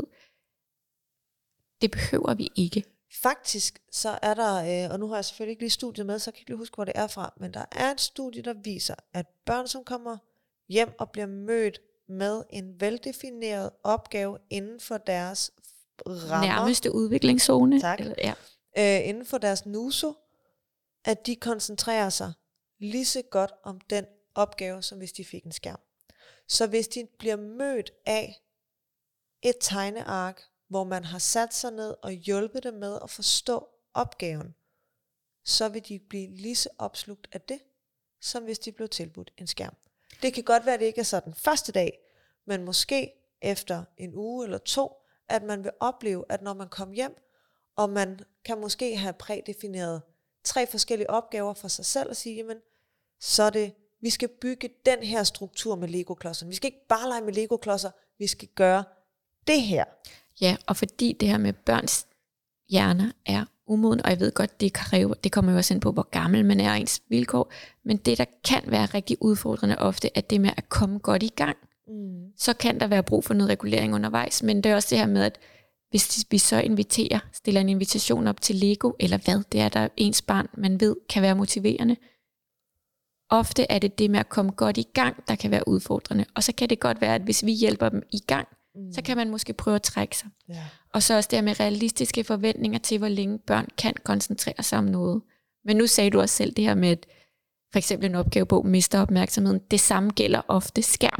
Det behøver vi ikke. Faktisk så er der, og nu har jeg selvfølgelig ikke lige studiet med, så kan jeg ikke lige huske, hvor det er fra, men der er et studie, der viser, at børn, som kommer hjem og bliver mødt med en veldefineret opgave inden for deres rammer, nærmeste udviklingszone. Tak. Inden for deres nuso, at de koncentrerer sig lige så godt om den opgave, som hvis de fik en skærm. Så hvis de bliver mødt af et tegneark, hvor man har sat sig ned og hjulpet dem med at forstå opgaven, så vil de blive lige så opslugt af det, som hvis de blev tilbudt en skærm. Det kan godt være, at det ikke er sådan første dag, men måske efter en uge eller 2, at man vil opleve, at når man kommer hjem, og man kan måske have prædefineret 3 forskellige opgaver for sig selv, og sige, jamen, så er det, vi skal bygge den her struktur med Lego-klodserne. Vi skal ikke bare lege med Lego-klodser, vi skal gøre det her. Ja, og fordi det her med børns hjerner er umoden, og jeg ved godt, det kommer jo også ind på, hvor gammel man er, ens vilkår, men det, der kan være rigtig udfordrende ofte, er det med at komme godt i gang. Så kan der være brug for noget regulering undervejs, men det er også det her med, at hvis vi så stiller en invitation op til Lego, eller hvad det er, der ens barn, man ved, kan være motiverende. Ofte er det med at komme godt i gang, der kan være udfordrende. Og så kan det godt være, at hvis vi hjælper dem i gang, så kan man måske prøve at trække sig. Ja. Og så også det med realistiske forventninger til, hvor længe børn kan koncentrere sig om noget. Men nu sagde du også selv det her med, at for eksempel en opgavebog mister opmærksomheden. Det samme gælder ofte skærm.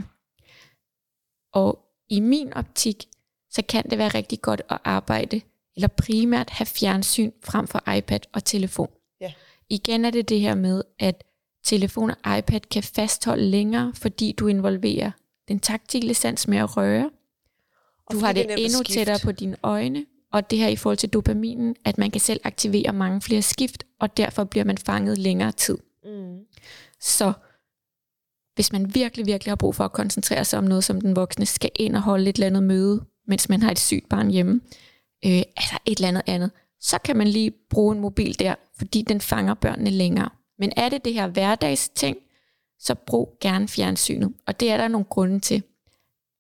Og i min optik, så kan det være rigtig godt at arbejde, eller primært have fjernsyn frem for iPad og telefon. Ja. Igen er det her med, at telefon og iPad kan fastholde længere, fordi du involverer den taktile sans med at røre. Du har det endnu tættere på dine øjne, og det her i forhold til dopaminen, at man kan selv aktivere mange flere skift, og derfor bliver man fanget længere tid. Så hvis man virkelig, virkelig har brug for at koncentrere sig om noget, som den voksne skal ind og holde et eller andet møde, mens man har et sygt barn hjemme, altså et eller andet, så kan man lige bruge en mobil der, fordi den fanger børnene længere. Men er det her hverdagsting, så brug gerne fjernsynet. Og det er der nogle grunde til.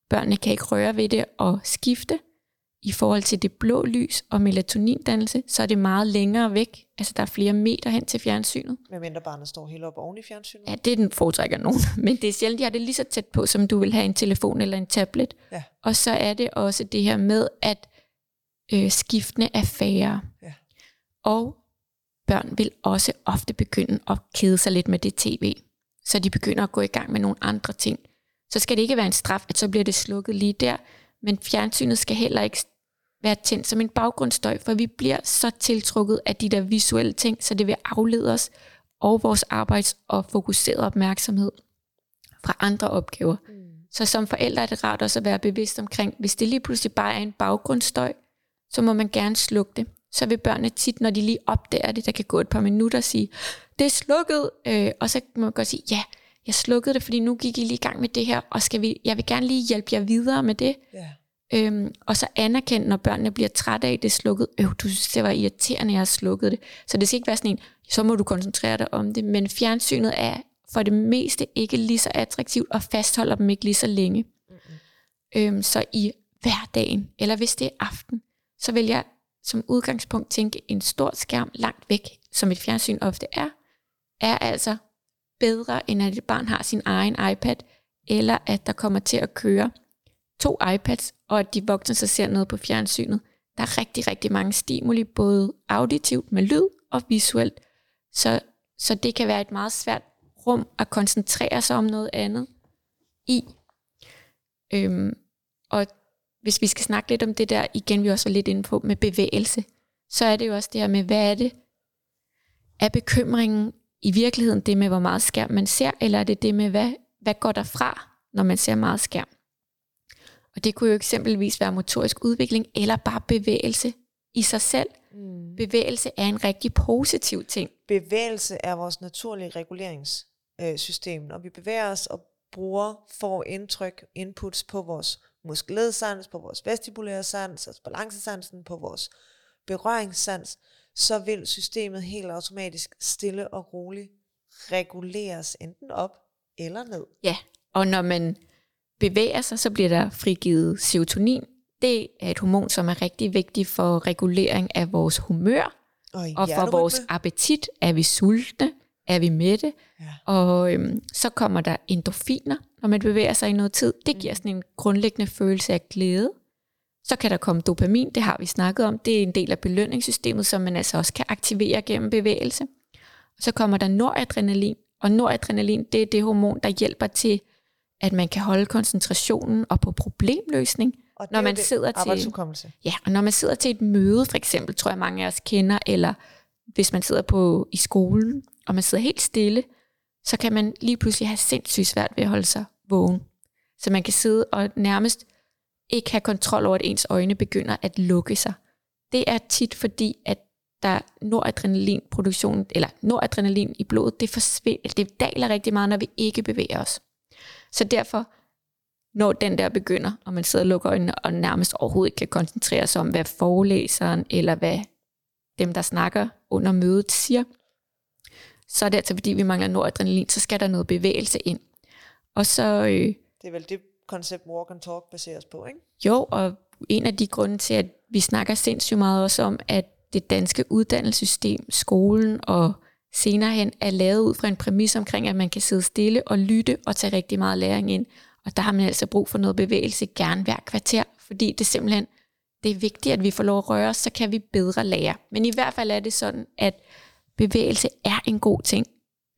Børnene kan ikke røre ved det og skifte. I forhold til det blå lys og melatonindannelse, så er det meget længere væk. Altså der er flere meter hen til fjernsynet. Medmindre barnet står helt op oven i fjernsynet. Ja, det er den foretrækker nogen. Men det er sjældent, de har det lige så tæt på, som du vil have en telefon eller en tablet. Ja. Og så er det også det her med, at skiftene er færre. Ja. Og børn vil også ofte begynde at kede sig lidt med det tv. Så de begynder at gå i gang med nogle andre ting. Så skal det ikke være en straf, at så bliver det slukket lige der. Men fjernsynet skal heller ikke være tændt som en baggrundsstøj, for vi bliver så tiltrukket af de der visuelle ting, så det vil aflede os og vores arbejds- og fokuserede opmærksomhed fra andre opgaver. Så som forældre er det rart også at være bevidst omkring, hvis det lige pludselig bare er en baggrundsstøj, så må man gerne slukke det. Så vil børnene tit, når de lige opdager det, der kan gå et par minutter og sige, det er slukket, og så må man godt sige, ja, jeg slukkede det, fordi nu gik I lige i gang med det her, og jeg vil gerne lige hjælpe jer videre med det. Ja. Og så anerkende, når børnene bliver trætte af det slukket, du synes, det var irriterende, jeg har slukket det. Så det skal ikke være sådan en, så må du koncentrere dig om det, men fjernsynet er for det meste ikke lige så attraktivt, og fastholder dem ikke lige så længe. Så i hverdagen, eller hvis det er aften, så vil jeg som udgangspunkt tænke, en stor skærm langt væk, som et fjernsyn ofte er altså bedre, end at et barn har sin egen iPad, eller at der kommer til at køre 2 iPads, og at de voksne så ser noget på fjernsynet. Der er rigtig, rigtig mange stimuli, både auditivt med lyd og visuelt. Så det kan være et meget svært rum at koncentrere sig om noget andet i. Og hvis vi skal snakke lidt om det der, igen vi også var lidt inde på med bevægelse, så er det jo også det her med, hvad er det? Er bekymringen i virkeligheden det med, hvor meget skærm man ser, eller er det det med, hvad går der fra, når man ser meget skærm? Og det kunne jo eksempelvis være motorisk udvikling, eller bare bevægelse i sig selv. Bevægelse er en rigtig positiv ting. Bevægelse er vores naturlige reguleringssystem. Når vi bevæger os og får indtryk, inputs på vores muskelledsans, på vores vestibulære sans, altså balancesansen, på vores berøringssans, så vil systemet helt automatisk stille og roligt reguleres enten op eller ned. Ja, og når man bevæger sig, så bliver der frigivet serotonin. Det er et hormon, som er rigtig vigtigt for regulering af vores humør, og for vores appetit. Er vi sultne? Er vi mætte? Ja. Og så kommer der endorfiner, når man bevæger sig i noget tid. Det giver sådan en grundlæggende følelse af glæde. Så kan der komme dopamin, det har vi snakket om. Det er en del af belønningssystemet, som man altså også kan aktivere gennem bevægelse. Og så kommer der noradrenalin, og noradrenalin, det er det hormon, der hjælper til, at man kan holde koncentrationen og på problemløsning. Og når man sidder arbejdsudkommelse. Og når man sidder til et møde, for eksempel, tror jeg mange af os kender, eller hvis man sidder i skolen, og man sidder helt stille, så kan man lige pludselig have sindssygt svært ved at holde sig vågen. Så man kan sidde og nærmest ikke have kontrol over, at ens øjne begynder at lukke sig. Det er tit fordi, at der noradrenalinproduktionen, eller noradrenalin i blodet, det daler rigtig meget, når vi ikke bevæger os. Så derfor, når den der begynder, og man sidder og lukker øjnene, og nærmest overhovedet ikke kan koncentrere sig om, hvad forelæseren, eller hvad dem, der snakker under mødet, siger, så er det altså, fordi vi mangler noradrenalin, så skal der noget bevægelse ind. Og så det er vel det koncept walk and talk baseres på, ikke? Jo, og en af de grunde til, at vi snakker sindssygt meget også om, at det danske uddannelsessystem, skolen og senere hen, er lavet ud fra en præmis omkring, at man kan sidde stille og lytte og tage rigtig meget læring ind. Og der har man altså brug for noget bevægelse, gerne hver kvarter, fordi det simpelthen, det er vigtigt, at vi får lov at røre os, så kan vi bedre lære. Men i hvert fald er det sådan, at bevægelse er en god ting.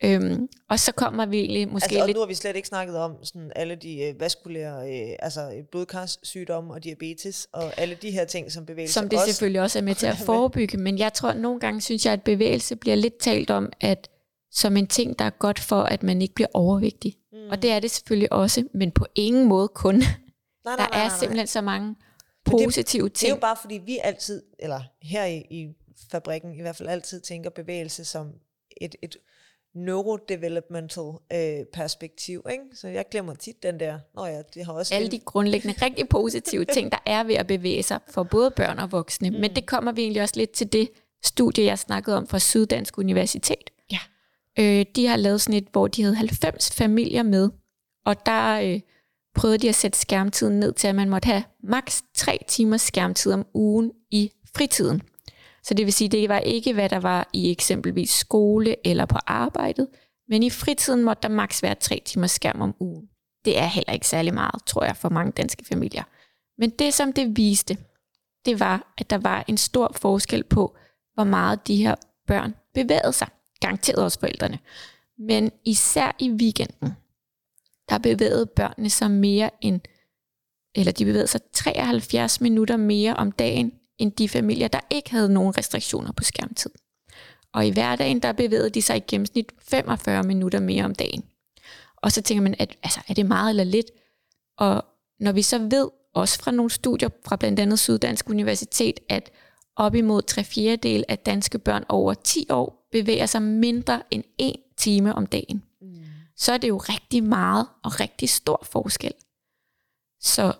Og så kommer vi egentlig måske lidt... Og lidt... nu har vi slet ikke snakket om sådan alle de vaskulære, blodkarssygdomme og diabetes, og alle de her ting, som bevægelse som det selvfølgelig også er med til at forebygge. Men jeg tror, at nogle gange synes jeg, at bevægelse bliver lidt talt om, at som en ting, der er godt for, at man ikke bliver overvægtig. Og det er det selvfølgelig også, men på ingen måde kun. Der er simpelthen så mange positive ting. Det er jo bare fordi vi altid, eller her i fabrikken i hvert fald altid tænker bevægelse som et neurodevelopmental perspektiv, ikke? Så jeg glemmer tit den der, det har også... Alle de grundlæggende, rigtig positive ting, der er ved at bevæge sig for både børn og voksne. Men det kommer vi egentlig også lidt til det studie, jeg snakkede om fra Syddansk Universitet. Ja. De har lavet sådan et, hvor de havde 90 familier med, og der prøvede de at sætte skærmtiden ned til, at man måtte have maks 3 timers skærmtid om ugen i fritiden. Så det vil sige, det var ikke, hvad der var i eksempelvis skole eller på arbejdet, men i fritiden måtte der maks være 3 timers skærm om ugen. Det er heller ikke særlig meget, tror jeg, for mange danske familier. Men det, som det viste, det var, at der var en stor forskel på, hvor meget de her børn bevægede sig. Garanteret også forældrene. Men især i weekenden, der bevægede børnene sig de bevægede sig 73 minutter mere om dagen, end de familier, der ikke havde nogen restriktioner på skærmtid. Og i hverdagen, der bevægede de sig i gennemsnit 45 minutter mere om dagen. Og så tænker man, er det meget eller lidt? Og når vi så ved, også fra nogle studier fra blandt andet Syddansk Universitet, at op imod 3/4 af danske børn over 10 år bevæger sig mindre end 1 time om dagen. Så er det jo rigtig meget og rigtig stor forskel. Så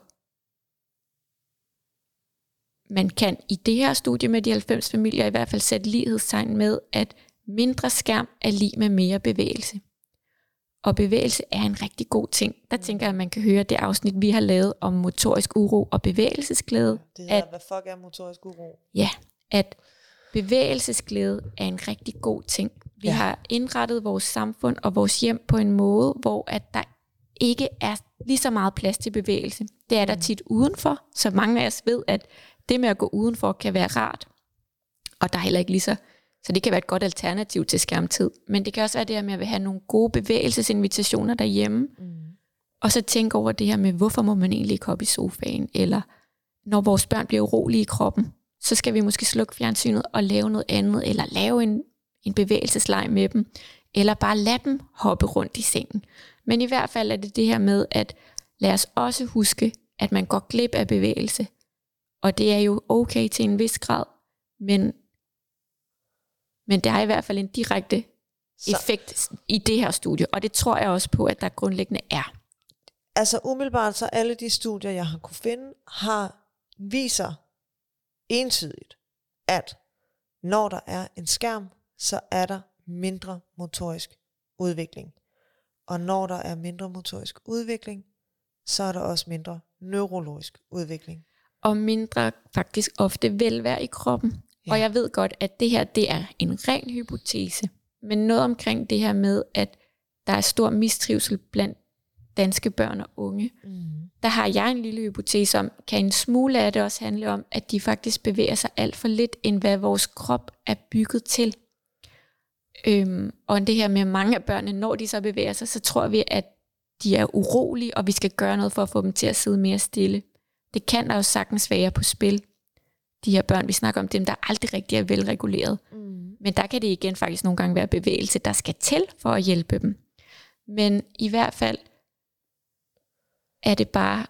man kan i det her studie med de 90 familier i hvert fald sætte lighedstegn med, at mindre skærm er lig med mere bevægelse. Og bevægelse er en rigtig god ting. Der tænker jeg, at man kan høre det afsnit, vi har lavet om motorisk uro og bevægelsesglæde. Det hedder, hvad fuck er motorisk uro? Ja, at bevægelsesglæde er en rigtig god ting. Vi har indrettet vores samfund og vores hjem på en måde, hvor at der ikke er lige så meget plads til bevægelse. Det er der tit udenfor, så mange af os ved, at det med at gå udenfor kan være rart. Og der er heller ikke lige så det kan være et godt alternativ til skærmtid. Men det kan også være det her med at have nogle gode bevægelsesinvitationer derhjemme. Og så tænke over det her med, hvorfor må man egentlig ikke hoppe i sofaen? Eller når vores børn bliver urolige i kroppen, så skal vi måske slukke fjernsynet og lave noget andet. Eller lave en bevægelsesleg med dem. Eller bare lade dem hoppe rundt i sengen. Men i hvert fald er det her med, at lad os også huske, at man går glip af bevægelse. Og det er jo okay til en vis grad. Men det har i hvert fald en direkte effekt i det her studie, og det tror jeg også på, at der grundlæggende er. Altså umiddelbart, så alle de studier, jeg har kunne finde, viser entydigt, at når der er en skærm, så er der mindre motorisk udvikling. Og når der er mindre motorisk udvikling, så er der også mindre neurologisk udvikling. Og mindre faktisk ofte velvære i kroppen. Ja. Og jeg ved godt, at det her, det er en ren hypotese. Men noget omkring det her med, at der er stor mistrivsel blandt danske børn og unge. Der har jeg en lille hypotese om, kan en smule af det også handle om, at de faktisk bevæger sig alt for lidt, end hvad vores krop er bygget til. Og det her med mange af børnene, når de så bevæger sig, så tror vi, at de er urolige, og vi skal gøre noget for at få dem til at sidde mere stille. Det kan der jo sagtens være på spil. De her børn, vi snakker om dem, der aldrig rigtig er velreguleret. Men der kan det igen faktisk nogle gange være bevægelse, der skal til for at hjælpe dem. Men i hvert fald er det bare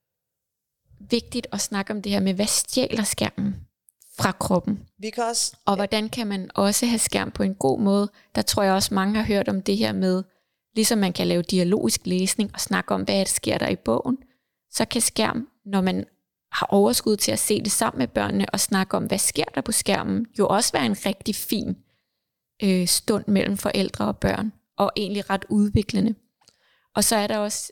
vigtigt at snakke om det her med, hvad stjæler skærmen fra kroppen. Vi kan også, og hvordan kan man også have skærm på en god måde. Der tror jeg også, mange har hørt om det her med, ligesom man kan lave dialogisk læsning og snakke om, hvad der sker der i bogen, så kan skærm, når man har overskud til at se det sammen med børnene og snakke om, hvad sker der på skærmen, jo også være en rigtig fin stund mellem forældre og børn, og egentlig ret udviklende. Og så er der også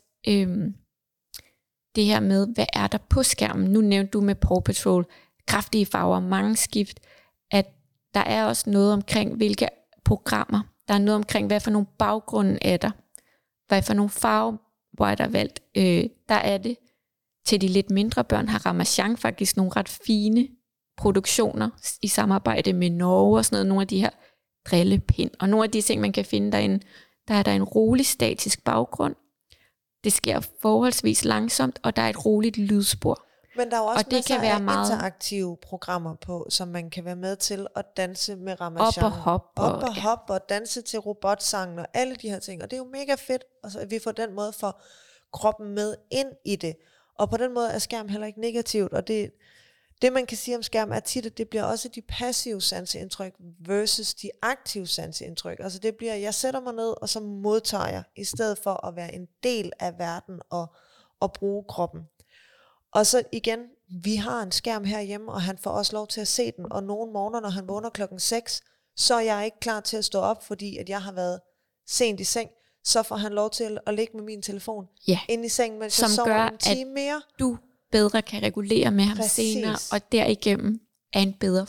det her med, hvad er der på skærmen? Nu nævnte du med Paw Patrol, kraftige farver, mange skift, at der er også noget omkring, hvilke programmer, der er noget omkring, hvad for nogle baggrunde er der, hvad for nogle farver, hvor er der valgt. Der er det, til de lidt mindre børn, har Ramachan faktisk nogle ret fine produktioner i samarbejde med Norge og sådan noget, nogle af de her drillepind, og nogle af de ting, man kan finde derinde, der er der en rolig statisk baggrund. Det sker forholdsvis langsomt, og der er et roligt lydspor. Men der er jo også og det kan være meget interaktive programmer på, som man kan være med til at danse med Ramachan. Op og hop og danse til robotsangen og alle de her ting. Og det er jo mega fedt, altså, at vi får den måde for kroppen med ind i det. Og på den måde er skærm heller ikke negativt. Og det man kan sige om skærm er tit, at det bliver også de passive sanseindtryk versus de aktive sanseindtryk. Altså det bliver, jeg sætter mig ned, og så modtager jeg, i stedet for at være en del af verden og bruge kroppen. Og så igen, vi har en skærm herhjemme, og han får også lov til at se den. Og nogle morgener, når han vågner 6:00, så er jeg ikke klar til at stå op, fordi at jeg har været sent i seng. så får han lov til at ligge med min telefon inde i sengen, mens som jeg sover gør, en time mere. Du bedre kan regulere med ham senere, og derigennem er en bedre,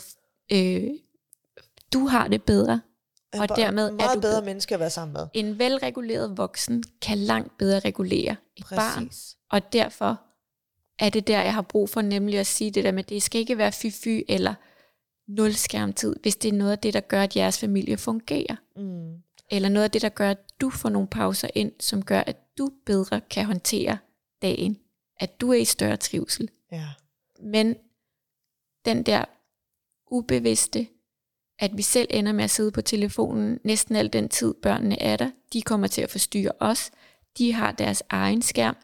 du har det bedre, og dermed meget er du bedre menneske at være sammen med. En velreguleret voksen kan langt bedre regulere et barn, og derfor er det der, jeg har brug for, nemlig at sige det der med, det skal ikke være fy eller nul skærmtid, hvis det er noget af det, der gør, at jeres familie fungerer. Eller noget af det, der gør, at du får nogle pauser ind, som gør, at du bedre kan håndtere dagen. At du er i større trivsel. Ja. Men den der ubevidste, at vi selv ender med at sidde på telefonen næsten al den tid, børnene er der, de kommer til at forstyrre os, de har deres egen skærm.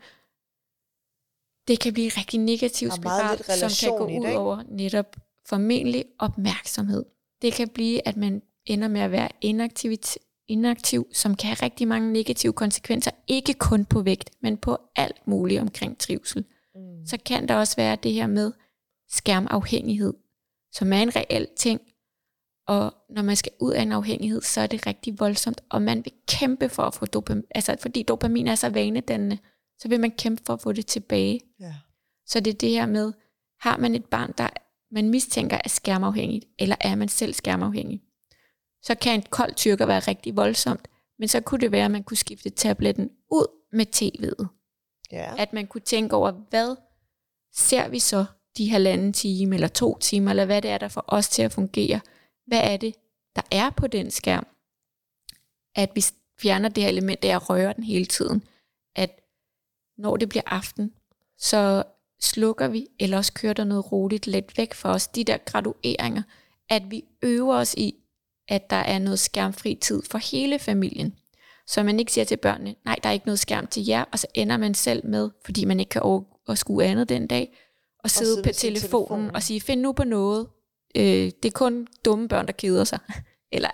Det kan blive en rigtig negativ spiral, som kan gå ud over netop formentlig opmærksomhed. Det kan blive, at man ender med at være inaktiv, som kan have rigtig mange negative konsekvenser, ikke kun på vægt, men på alt muligt omkring trivsel. Så kan der også være det her med skærmafhængighed, som er en reel ting, og når man skal ud af en afhængighed, så er det rigtig voldsomt, og man vil kæmpe for at få dopamin, altså fordi dopamin er så vanedannende, så vil man kæmpe for at få det tilbage. Ja. Så det er det her med, har man et barn, der man mistænker er skærmafhængigt, eller er man selv skærmafhængig, så kan en kold tyrker være rigtig voldsomt, men så kunne det være, at man kunne skifte tabletten ud med tv'et. Ja. At man kunne tænke over, hvad ser vi så de 1,5 time, eller 2 timer, eller hvad det er, der får os til at fungere. Hvad er det, der er på den skærm? At vi fjerner det her element af at røre den hele tiden. At når det bliver aften, så slukker vi, eller også kører der noget roligt lidt væk for os. De der gradueringer, at vi øver os i, at der er noget skærmfri tid for hele familien. Så man ikke siger til børnene, nej, der er ikke noget skærm til jer, og så ender man selv med, fordi man ikke kan overskue andet den dag, og sidde på telefonen og sige, find nu på noget. Det er kun dumme børn, der keder sig. Eller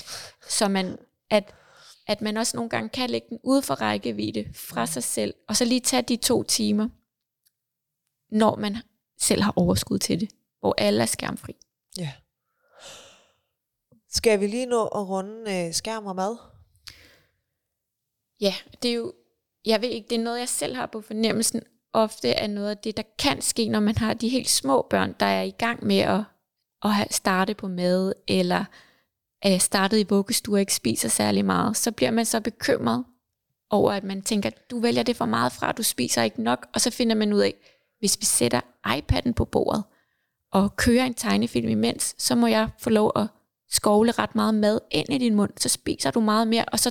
at man også nogle gange kan lægge den ude for rækkevidde fra sig selv, og så lige tage de 2 timer, når man selv har overskud til det, hvor alle er skærmfri. Ja. Skal vi lige nå at runde skærm og mad? Ja, det er jo, jeg ved ikke, det er noget, jeg selv har på fornemmelsen, ofte er noget af det, der kan ske, når man har de helt små børn, der er i gang med at starte på mad, eller er startet i vuggestue og ikke spiser særlig meget, så bliver man så bekymret over, at man tænker, du vælger det for meget fra, du spiser ikke nok, og så finder man ud af, hvis vi sætter iPad'en på bordet, og kører en tegnefilm imens, så må jeg få lov at skovle ret meget mad ind i din mund, så spiser du meget mere, og så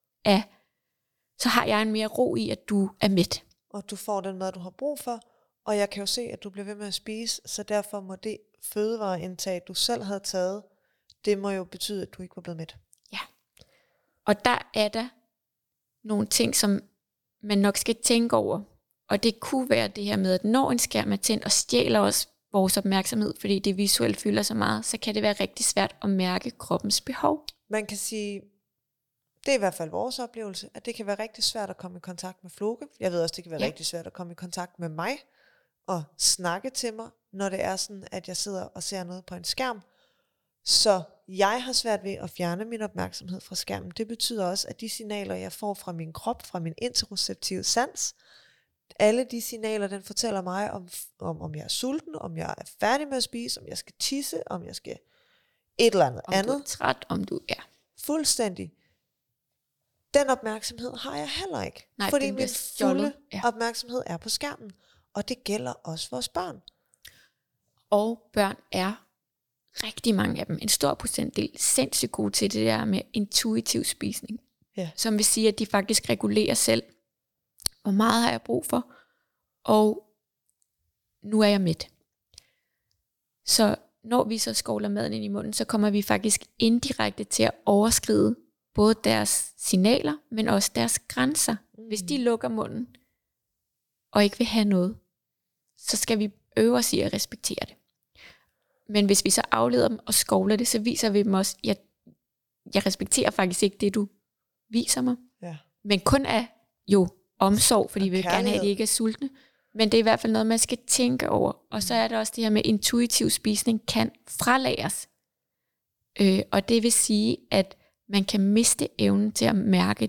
har jeg en mere ro i, at du er mæt. Og du får den mad, du har brug for, og jeg kan jo se, at du bliver ved med at spise, så derfor må det fødevareindtag, du selv havde taget, det må jo betyde, at du ikke var blevet mæt. Ja. Og der er der nogle ting, som man nok skal tænke over. Og det kunne være det her med, at når en skærm er tændt og stjæler os vores opmærksomhed, fordi det visuelt fylder så meget, så kan det være rigtig svært at mærke kroppens behov. Man kan sige, det er i hvert fald vores oplevelse, at det kan være rigtig svært at komme i kontakt med Floke. Jeg ved også, det kan være rigtig svært at komme i kontakt med mig og snakke til mig, når det er sådan, at jeg sidder og ser noget på en skærm. Så jeg har svært ved at fjerne min opmærksomhed fra skærmen. Det betyder også, at de signaler, jeg får fra min krop, fra min interoceptive sans, alle de signaler, den fortæller mig om jeg er sulten, om jeg er færdig med at spise, om jeg skal tisse, om jeg skal et eller andet andet. Om du er træt, om du er. Fuldstændig. Den opmærksomhed har jeg heller ikke. Nej, fordi min fulde opmærksomhed er på skærmen. Og det gælder også vores børn. Og børn er rigtig mange af dem, en stor procentdel, sindssygt gode til det der med intuitiv spisning. Ja. Som vil sige, at de faktisk regulerer selv, hvor meget har jeg brug for, og nu er jeg mæt. Så når vi så skovler maden ind i munden, så kommer vi faktisk indirekte til at overskride både deres signaler, men også deres grænser. Hvis de lukker munden, og ikke vil have noget, så skal vi øve os i at respektere det. Men hvis vi så afleder dem og skovler det, så viser vi dem også, jeg respekterer faktisk ikke det, du viser mig. Ja. Men kun af omsorg, fordi vi vil gerne have, at de ikke er sultne. Men det er i hvert fald noget, man skal tænke over. Og så er der også det her med, intuitiv spisning kan fralæres. Og det vil sige, at man kan miste evnen til at mærke det.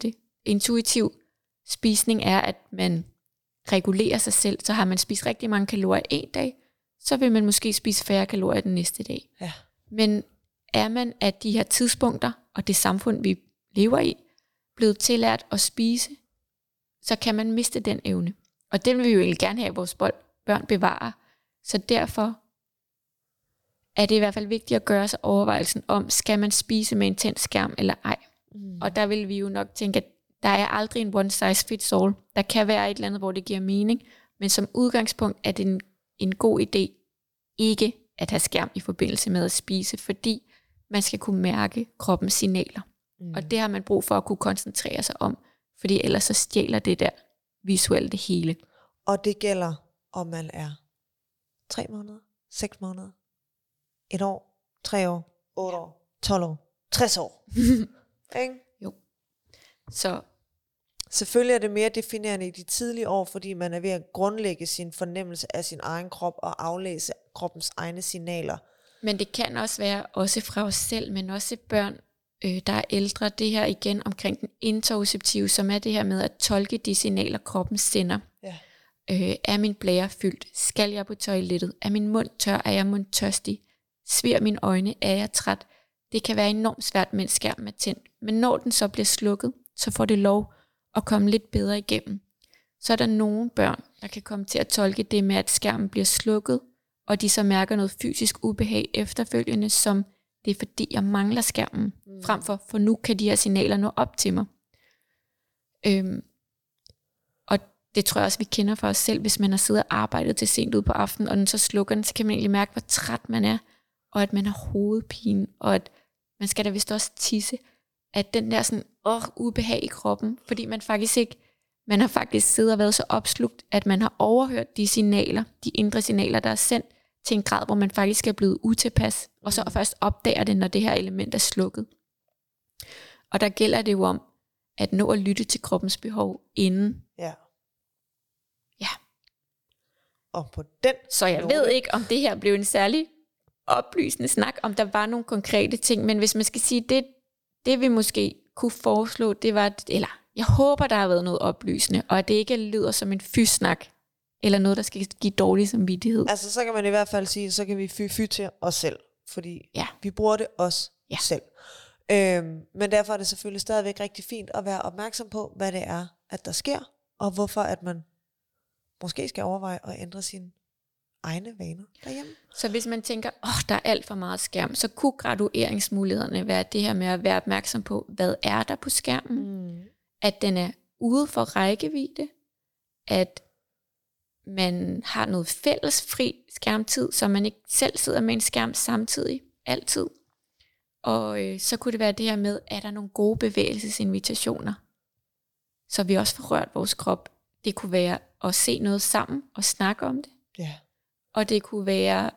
intuitiv spisning er, at man regulerer sig selv. Så har man spist rigtig mange kalorier en dag, så vil man måske spise færre kalorier den næste dag. Ja. Men er man af de her tidspunkter, og det samfund, vi lever i, blevet tillært at spise, så kan man miste den evne. Og den vil vi jo egentlig gerne have, at vores børn bevarer. Så derfor er det i hvert fald vigtigt at gøre sig overvejelsen om, skal man spise med en tændt skærm eller ej. Og der vil vi jo nok tænke, at der er aldrig en one size fits all. Der kan være et eller andet, hvor det giver mening, men som udgangspunkt er det en god idé ikke at have skærm i forbindelse med at spise, fordi man skal kunne mærke kroppens signaler. Og det har man brug for at kunne koncentrere sig om, fordi ellers så stjæler det der visuelt det hele. Og det gælder, om man er 3 måneder, 6 måneder, 1 år, 3 år, 8 år, 12 år, 60 år. Ikke? Jo. Så selvfølgelig er det mere definerende i de tidlige år, fordi man er ved at grundlægge sin fornemmelse af sin egen krop og aflæse kroppens egne signaler. Men det kan også være, også fra os selv, men også børn, der er ældre. Det her igen omkring den interoceptive, som er det her med at tolke de signaler, kroppen sender. Ja. Er min blære fyldt? Skal jeg på toilettet? Er min mund tør? Er jeg mundtørstig? Svir mine øjne? Er jeg træt? Det kan være enormt svært, mens skærmen er tændt. Men når den så bliver slukket, så får det lov at komme lidt bedre igennem. Så er der nogle børn, der kan komme til at tolke det med, at skærmen bliver slukket, og de så mærker noget fysisk ubehag efterfølgende, som det er fordi, jeg mangler skærmen, frem for nu kan de her signaler nå op til mig. Og det tror jeg også, vi kender for os selv, hvis man har siddet og arbejdet til sent ud på aftenen, og den så slukker den, så kan man egentlig mærke, hvor træt man er, og at man har hovedpine, og at man skal da vist også tisse, at den der sådan, ubehag i kroppen, fordi man har faktisk siddet og været så opslugt, at man har overhørt de signaler, de indre signaler, der er sendt, til en grad, hvor man faktisk er blevet utilpas, og så først opdager det, når det her element er slukket. Og der gælder det jo om, at nå at lytte til kroppens behov inden. Ja. Ja. Og på den så jeg ved ikke, om det her blev en særlig oplysende snak, om der var nogle konkrete ting, men hvis man skal sige, det vi måske kunne foreslå, det var, eller jeg håber, der har været noget oplysende, og at det ikke lyder som en fysnak, eller noget, der skal give dårlig samvittighed. Altså, så kan man i hvert fald sige, så kan vi fy til os selv, fordi vi bruger det også selv. Men derfor er det selvfølgelig stadigvæk rigtig fint at være opmærksom på, hvad det er, at der sker, og hvorfor at man måske skal overveje at ændre sine egne vaner derhjemme. Så hvis man tænker, der er alt for meget skærm, så kunne gradueringsmulighederne være det her med at være opmærksom på, hvad er der på skærmen? At den er ude for rækkevidde, at man har noget fælles fri skærmtid, så man ikke selv sidder med en skærm samtidig, altid. Og så kunne det være det her med, at der er nogle gode bevægelsesinvitationer, så vi også får rørt vores krop. Det kunne være at se noget sammen og snakke om det. Ja. Og det kunne være...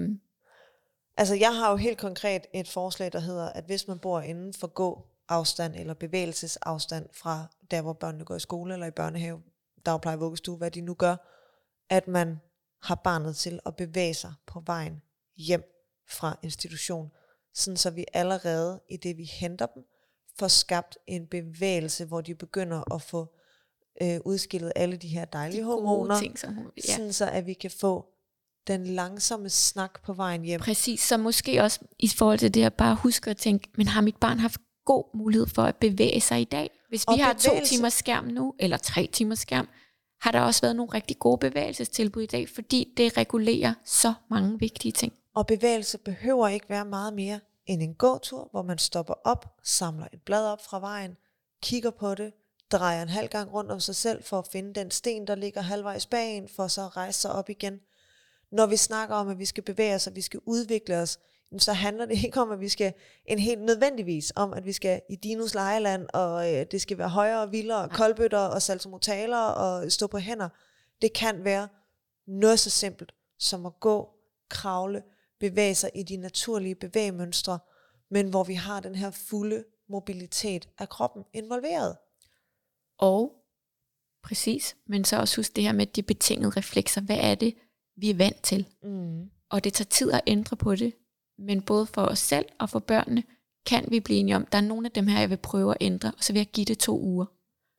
Altså jeg har jo helt konkret et forslag, der hedder, at hvis man bor inden for gåafstand eller bevægelsesafstand fra der, hvor børnene går i skole eller i børnehave, dagpleje, vuggestue, hvad de nu gør, at man har barnet til at bevæge sig på vejen hjem fra institution, sådan så vi allerede i det vi henter dem, får skabt en bevægelse, hvor de begynder at få udskillet alle de her dejlige hormoner, ting, sådan så at vi kan få den langsomme snak på vejen hjem. Præcis, så måske også i forhold til det her, bare huske at tænke, men har mit barn haft god mulighed for at bevæge sig i dag? Hvis vi har 2 timers skærm nu, eller 3 timers skærm, har der også været nogle rigtig gode bevægelsestilbud i dag, fordi det regulerer så mange vigtige ting. Og bevægelse behøver ikke være meget mere end en gåtur, hvor man stopper op, samler et blad op fra vejen, kigger på det, drejer en halv gang rundt om sig selv for at finde den sten, der ligger halvvejs bag en, for så at rejse sig op igen. Når vi snakker om, at vi skal bevæge os, og vi skal udvikle os, så handler det ikke om, at vi skal nødvendigvis om, at vi skal i Dinos lejeland, og det skal være højere og vildere, koldbøtter og saltomotaler og stå på hænder. Det kan være noget så simpelt som at gå, kravle, bevæge sig i de naturlige bevægemønstre, men hvor vi har den her fulde mobilitet af kroppen involveret. Og præcis, men så også husk det her med de betingede reflekser. Hvad er det, vi er vant til? Og det tager tid at ændre på det, men både for os selv og for børnene kan vi blive enige om, der er nogle af dem her, jeg vil prøve at ændre, og så vil jeg give det 2 uger.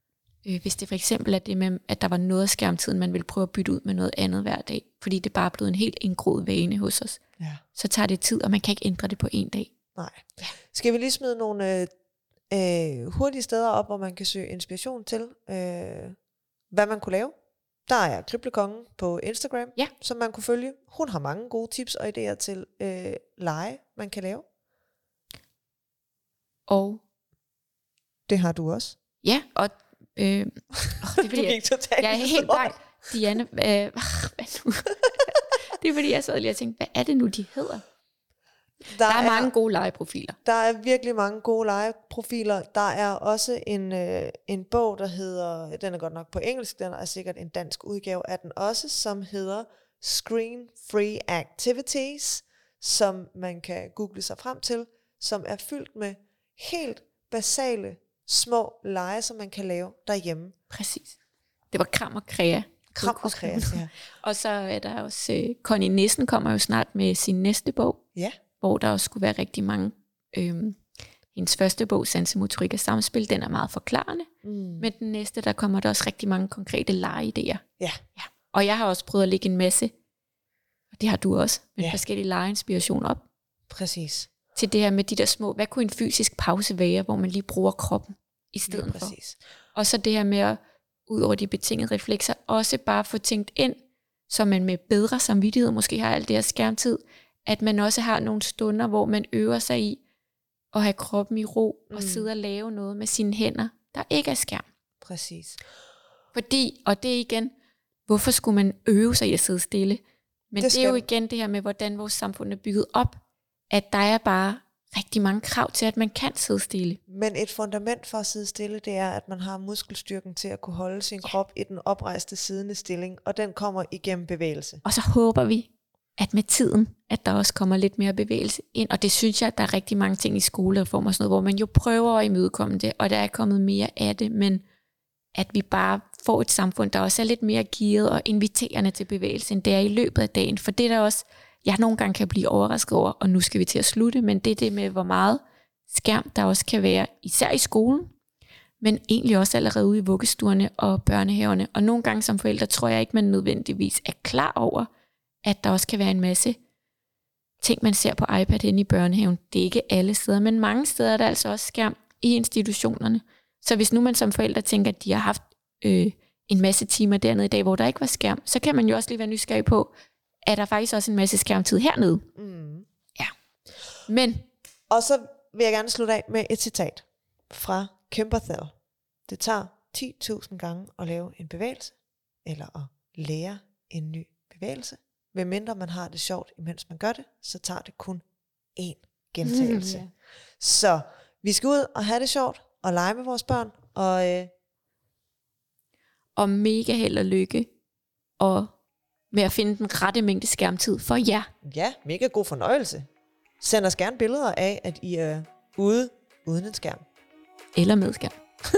Hvis det for eksempel er det med, at der var noget af skærmtiden, man vil prøve at bytte ud med noget andet hver dag, fordi det bare er blevet en helt indgroet vane hos os, så tager det tid, og man kan ikke ændre det på en dag. Nej. Skal vi lige smide nogle hurtige steder op, hvor man kan søge inspiration til, hvad man kunne lave? Der er Kriblekongen på Instagram, som man kunne følge. Hun har mange gode tips og idéer til lege, man kan lave. Og det har du også. Ja, og det er fordi, jeg er helt blank. Diana, hvad nu? Det er fordi, jeg sad lige og tænkte, hvad er det nu, de hedder? Der er mange gode legeprofiler. Der er virkelig mange gode legeprofiler. Der er også en bog, der hedder, den er godt nok på engelsk, den er sikkert en dansk udgave af den også, som hedder Screen Free Activities, som man kan google sig frem til, som er fyldt med helt basale små lege, som man kan lave derhjemme. Præcis. Det var Kram og Krea. Kram og Krea, ja. Og så er der også, Connie Nissen kommer jo snart med sin næste bog, hvor der også skulle være rigtig mange. Hendes første bog, Sansemotorik og Samspil, den er meget forklarende. Men den næste, der kommer der også rigtig mange konkrete legeidéer. Ja. Og jeg har også prøvet at lægge en masse, og det har du også, med forskellige legeinspiration op. Præcis. Til det her med de der små, hvad kunne en fysisk pause være, hvor man lige bruger kroppen i stedet for. Og så det her med at, ud over de betingede reflekser, også bare få tænkt ind, så man med bedre samvittighed måske har alt det her skærmtid, at man også har nogle stunder, hvor man øver sig i at have kroppen i ro, og sidde og lave noget med sine hænder, der ikke er skærm. Præcis. Fordi, og det er igen, hvorfor skulle man øve sig i at sidde stille? Men det er jo igen det her med, hvordan vores samfund er bygget op, at der er bare rigtig mange krav til, at man kan sidde stille. Men et fundament for at sidde stille, det er, at man har muskelstyrken til at kunne holde sin krop i den oprejste siddende stilling, og den kommer igennem bevægelse. Og så håber vi, at med tiden, at der også kommer lidt mere bevægelse ind, og det synes jeg, at der er rigtig mange ting i skolereform og sådan noget, hvor man jo prøver at imødekomme det, og der er kommet mere af det, men at vi bare får et samfund, der også er lidt mere gearet og inviterende til bevægelse, end det er i løbet af dagen, for det der også, jeg nogle gange kan blive overrasket over, og nu skal vi til at slutte, men det er det med, hvor meget skærm der også kan være, især i skolen, men egentlig også allerede ude i vuggestuerne og børnehaverne, og nogle gange som forældre tror jeg ikke, man nødvendigvis er klar over, at der også kan være en masse ting, man ser på iPad inde i børnehaven. Det er ikke alle steder, men mange steder er der altså også skærm i institutionerne. Så hvis nu man som forældre tænker, at de har haft en masse timer dernede i dag, hvor der ikke var skærm, så kan man jo også lige være nysgerrig på, er der faktisk også en masse skærmtid hernede. Ja. Men. Og så vil jeg gerne slutte af med et citat fra Kimberthel. Det tager 10.000 gange at lave en bevægelse, eller at lære en ny bevægelse. Hvem mindre man har det sjovt, imens man gør det, så tager det kun én gentagelse. Så vi skal ud og have det sjovt, og lege med vores børn, og mega held og lykke, og med at finde den rette mængde skærmtid for jer. Ja, mega god fornøjelse. Send os gerne billeder af, at I er ude uden en skærm. Eller med skærm.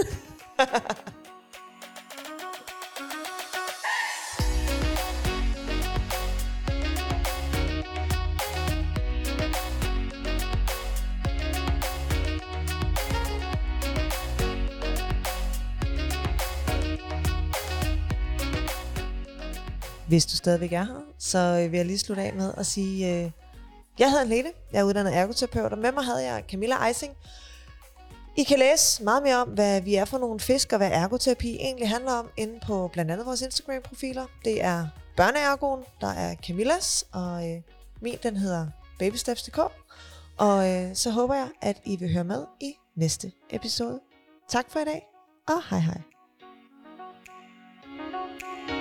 Hvis du stadigvæk er her, så vil jeg lige slutte af med at sige, jeg hedder Lene, jeg er uddannet ergoterapeut, og med mig havde jeg Camilla Eising. I kan læse meget mere om, hvad vi er for nogle fisk, og hvad ergoterapi egentlig handler om, inde på blandt andet vores Instagram-profiler. Det er Børneergoen, der er Camillas, og min den hedder Babysteps.dk. Og så håber jeg, at I vil høre med i næste episode. Tak for i dag, og hej hej.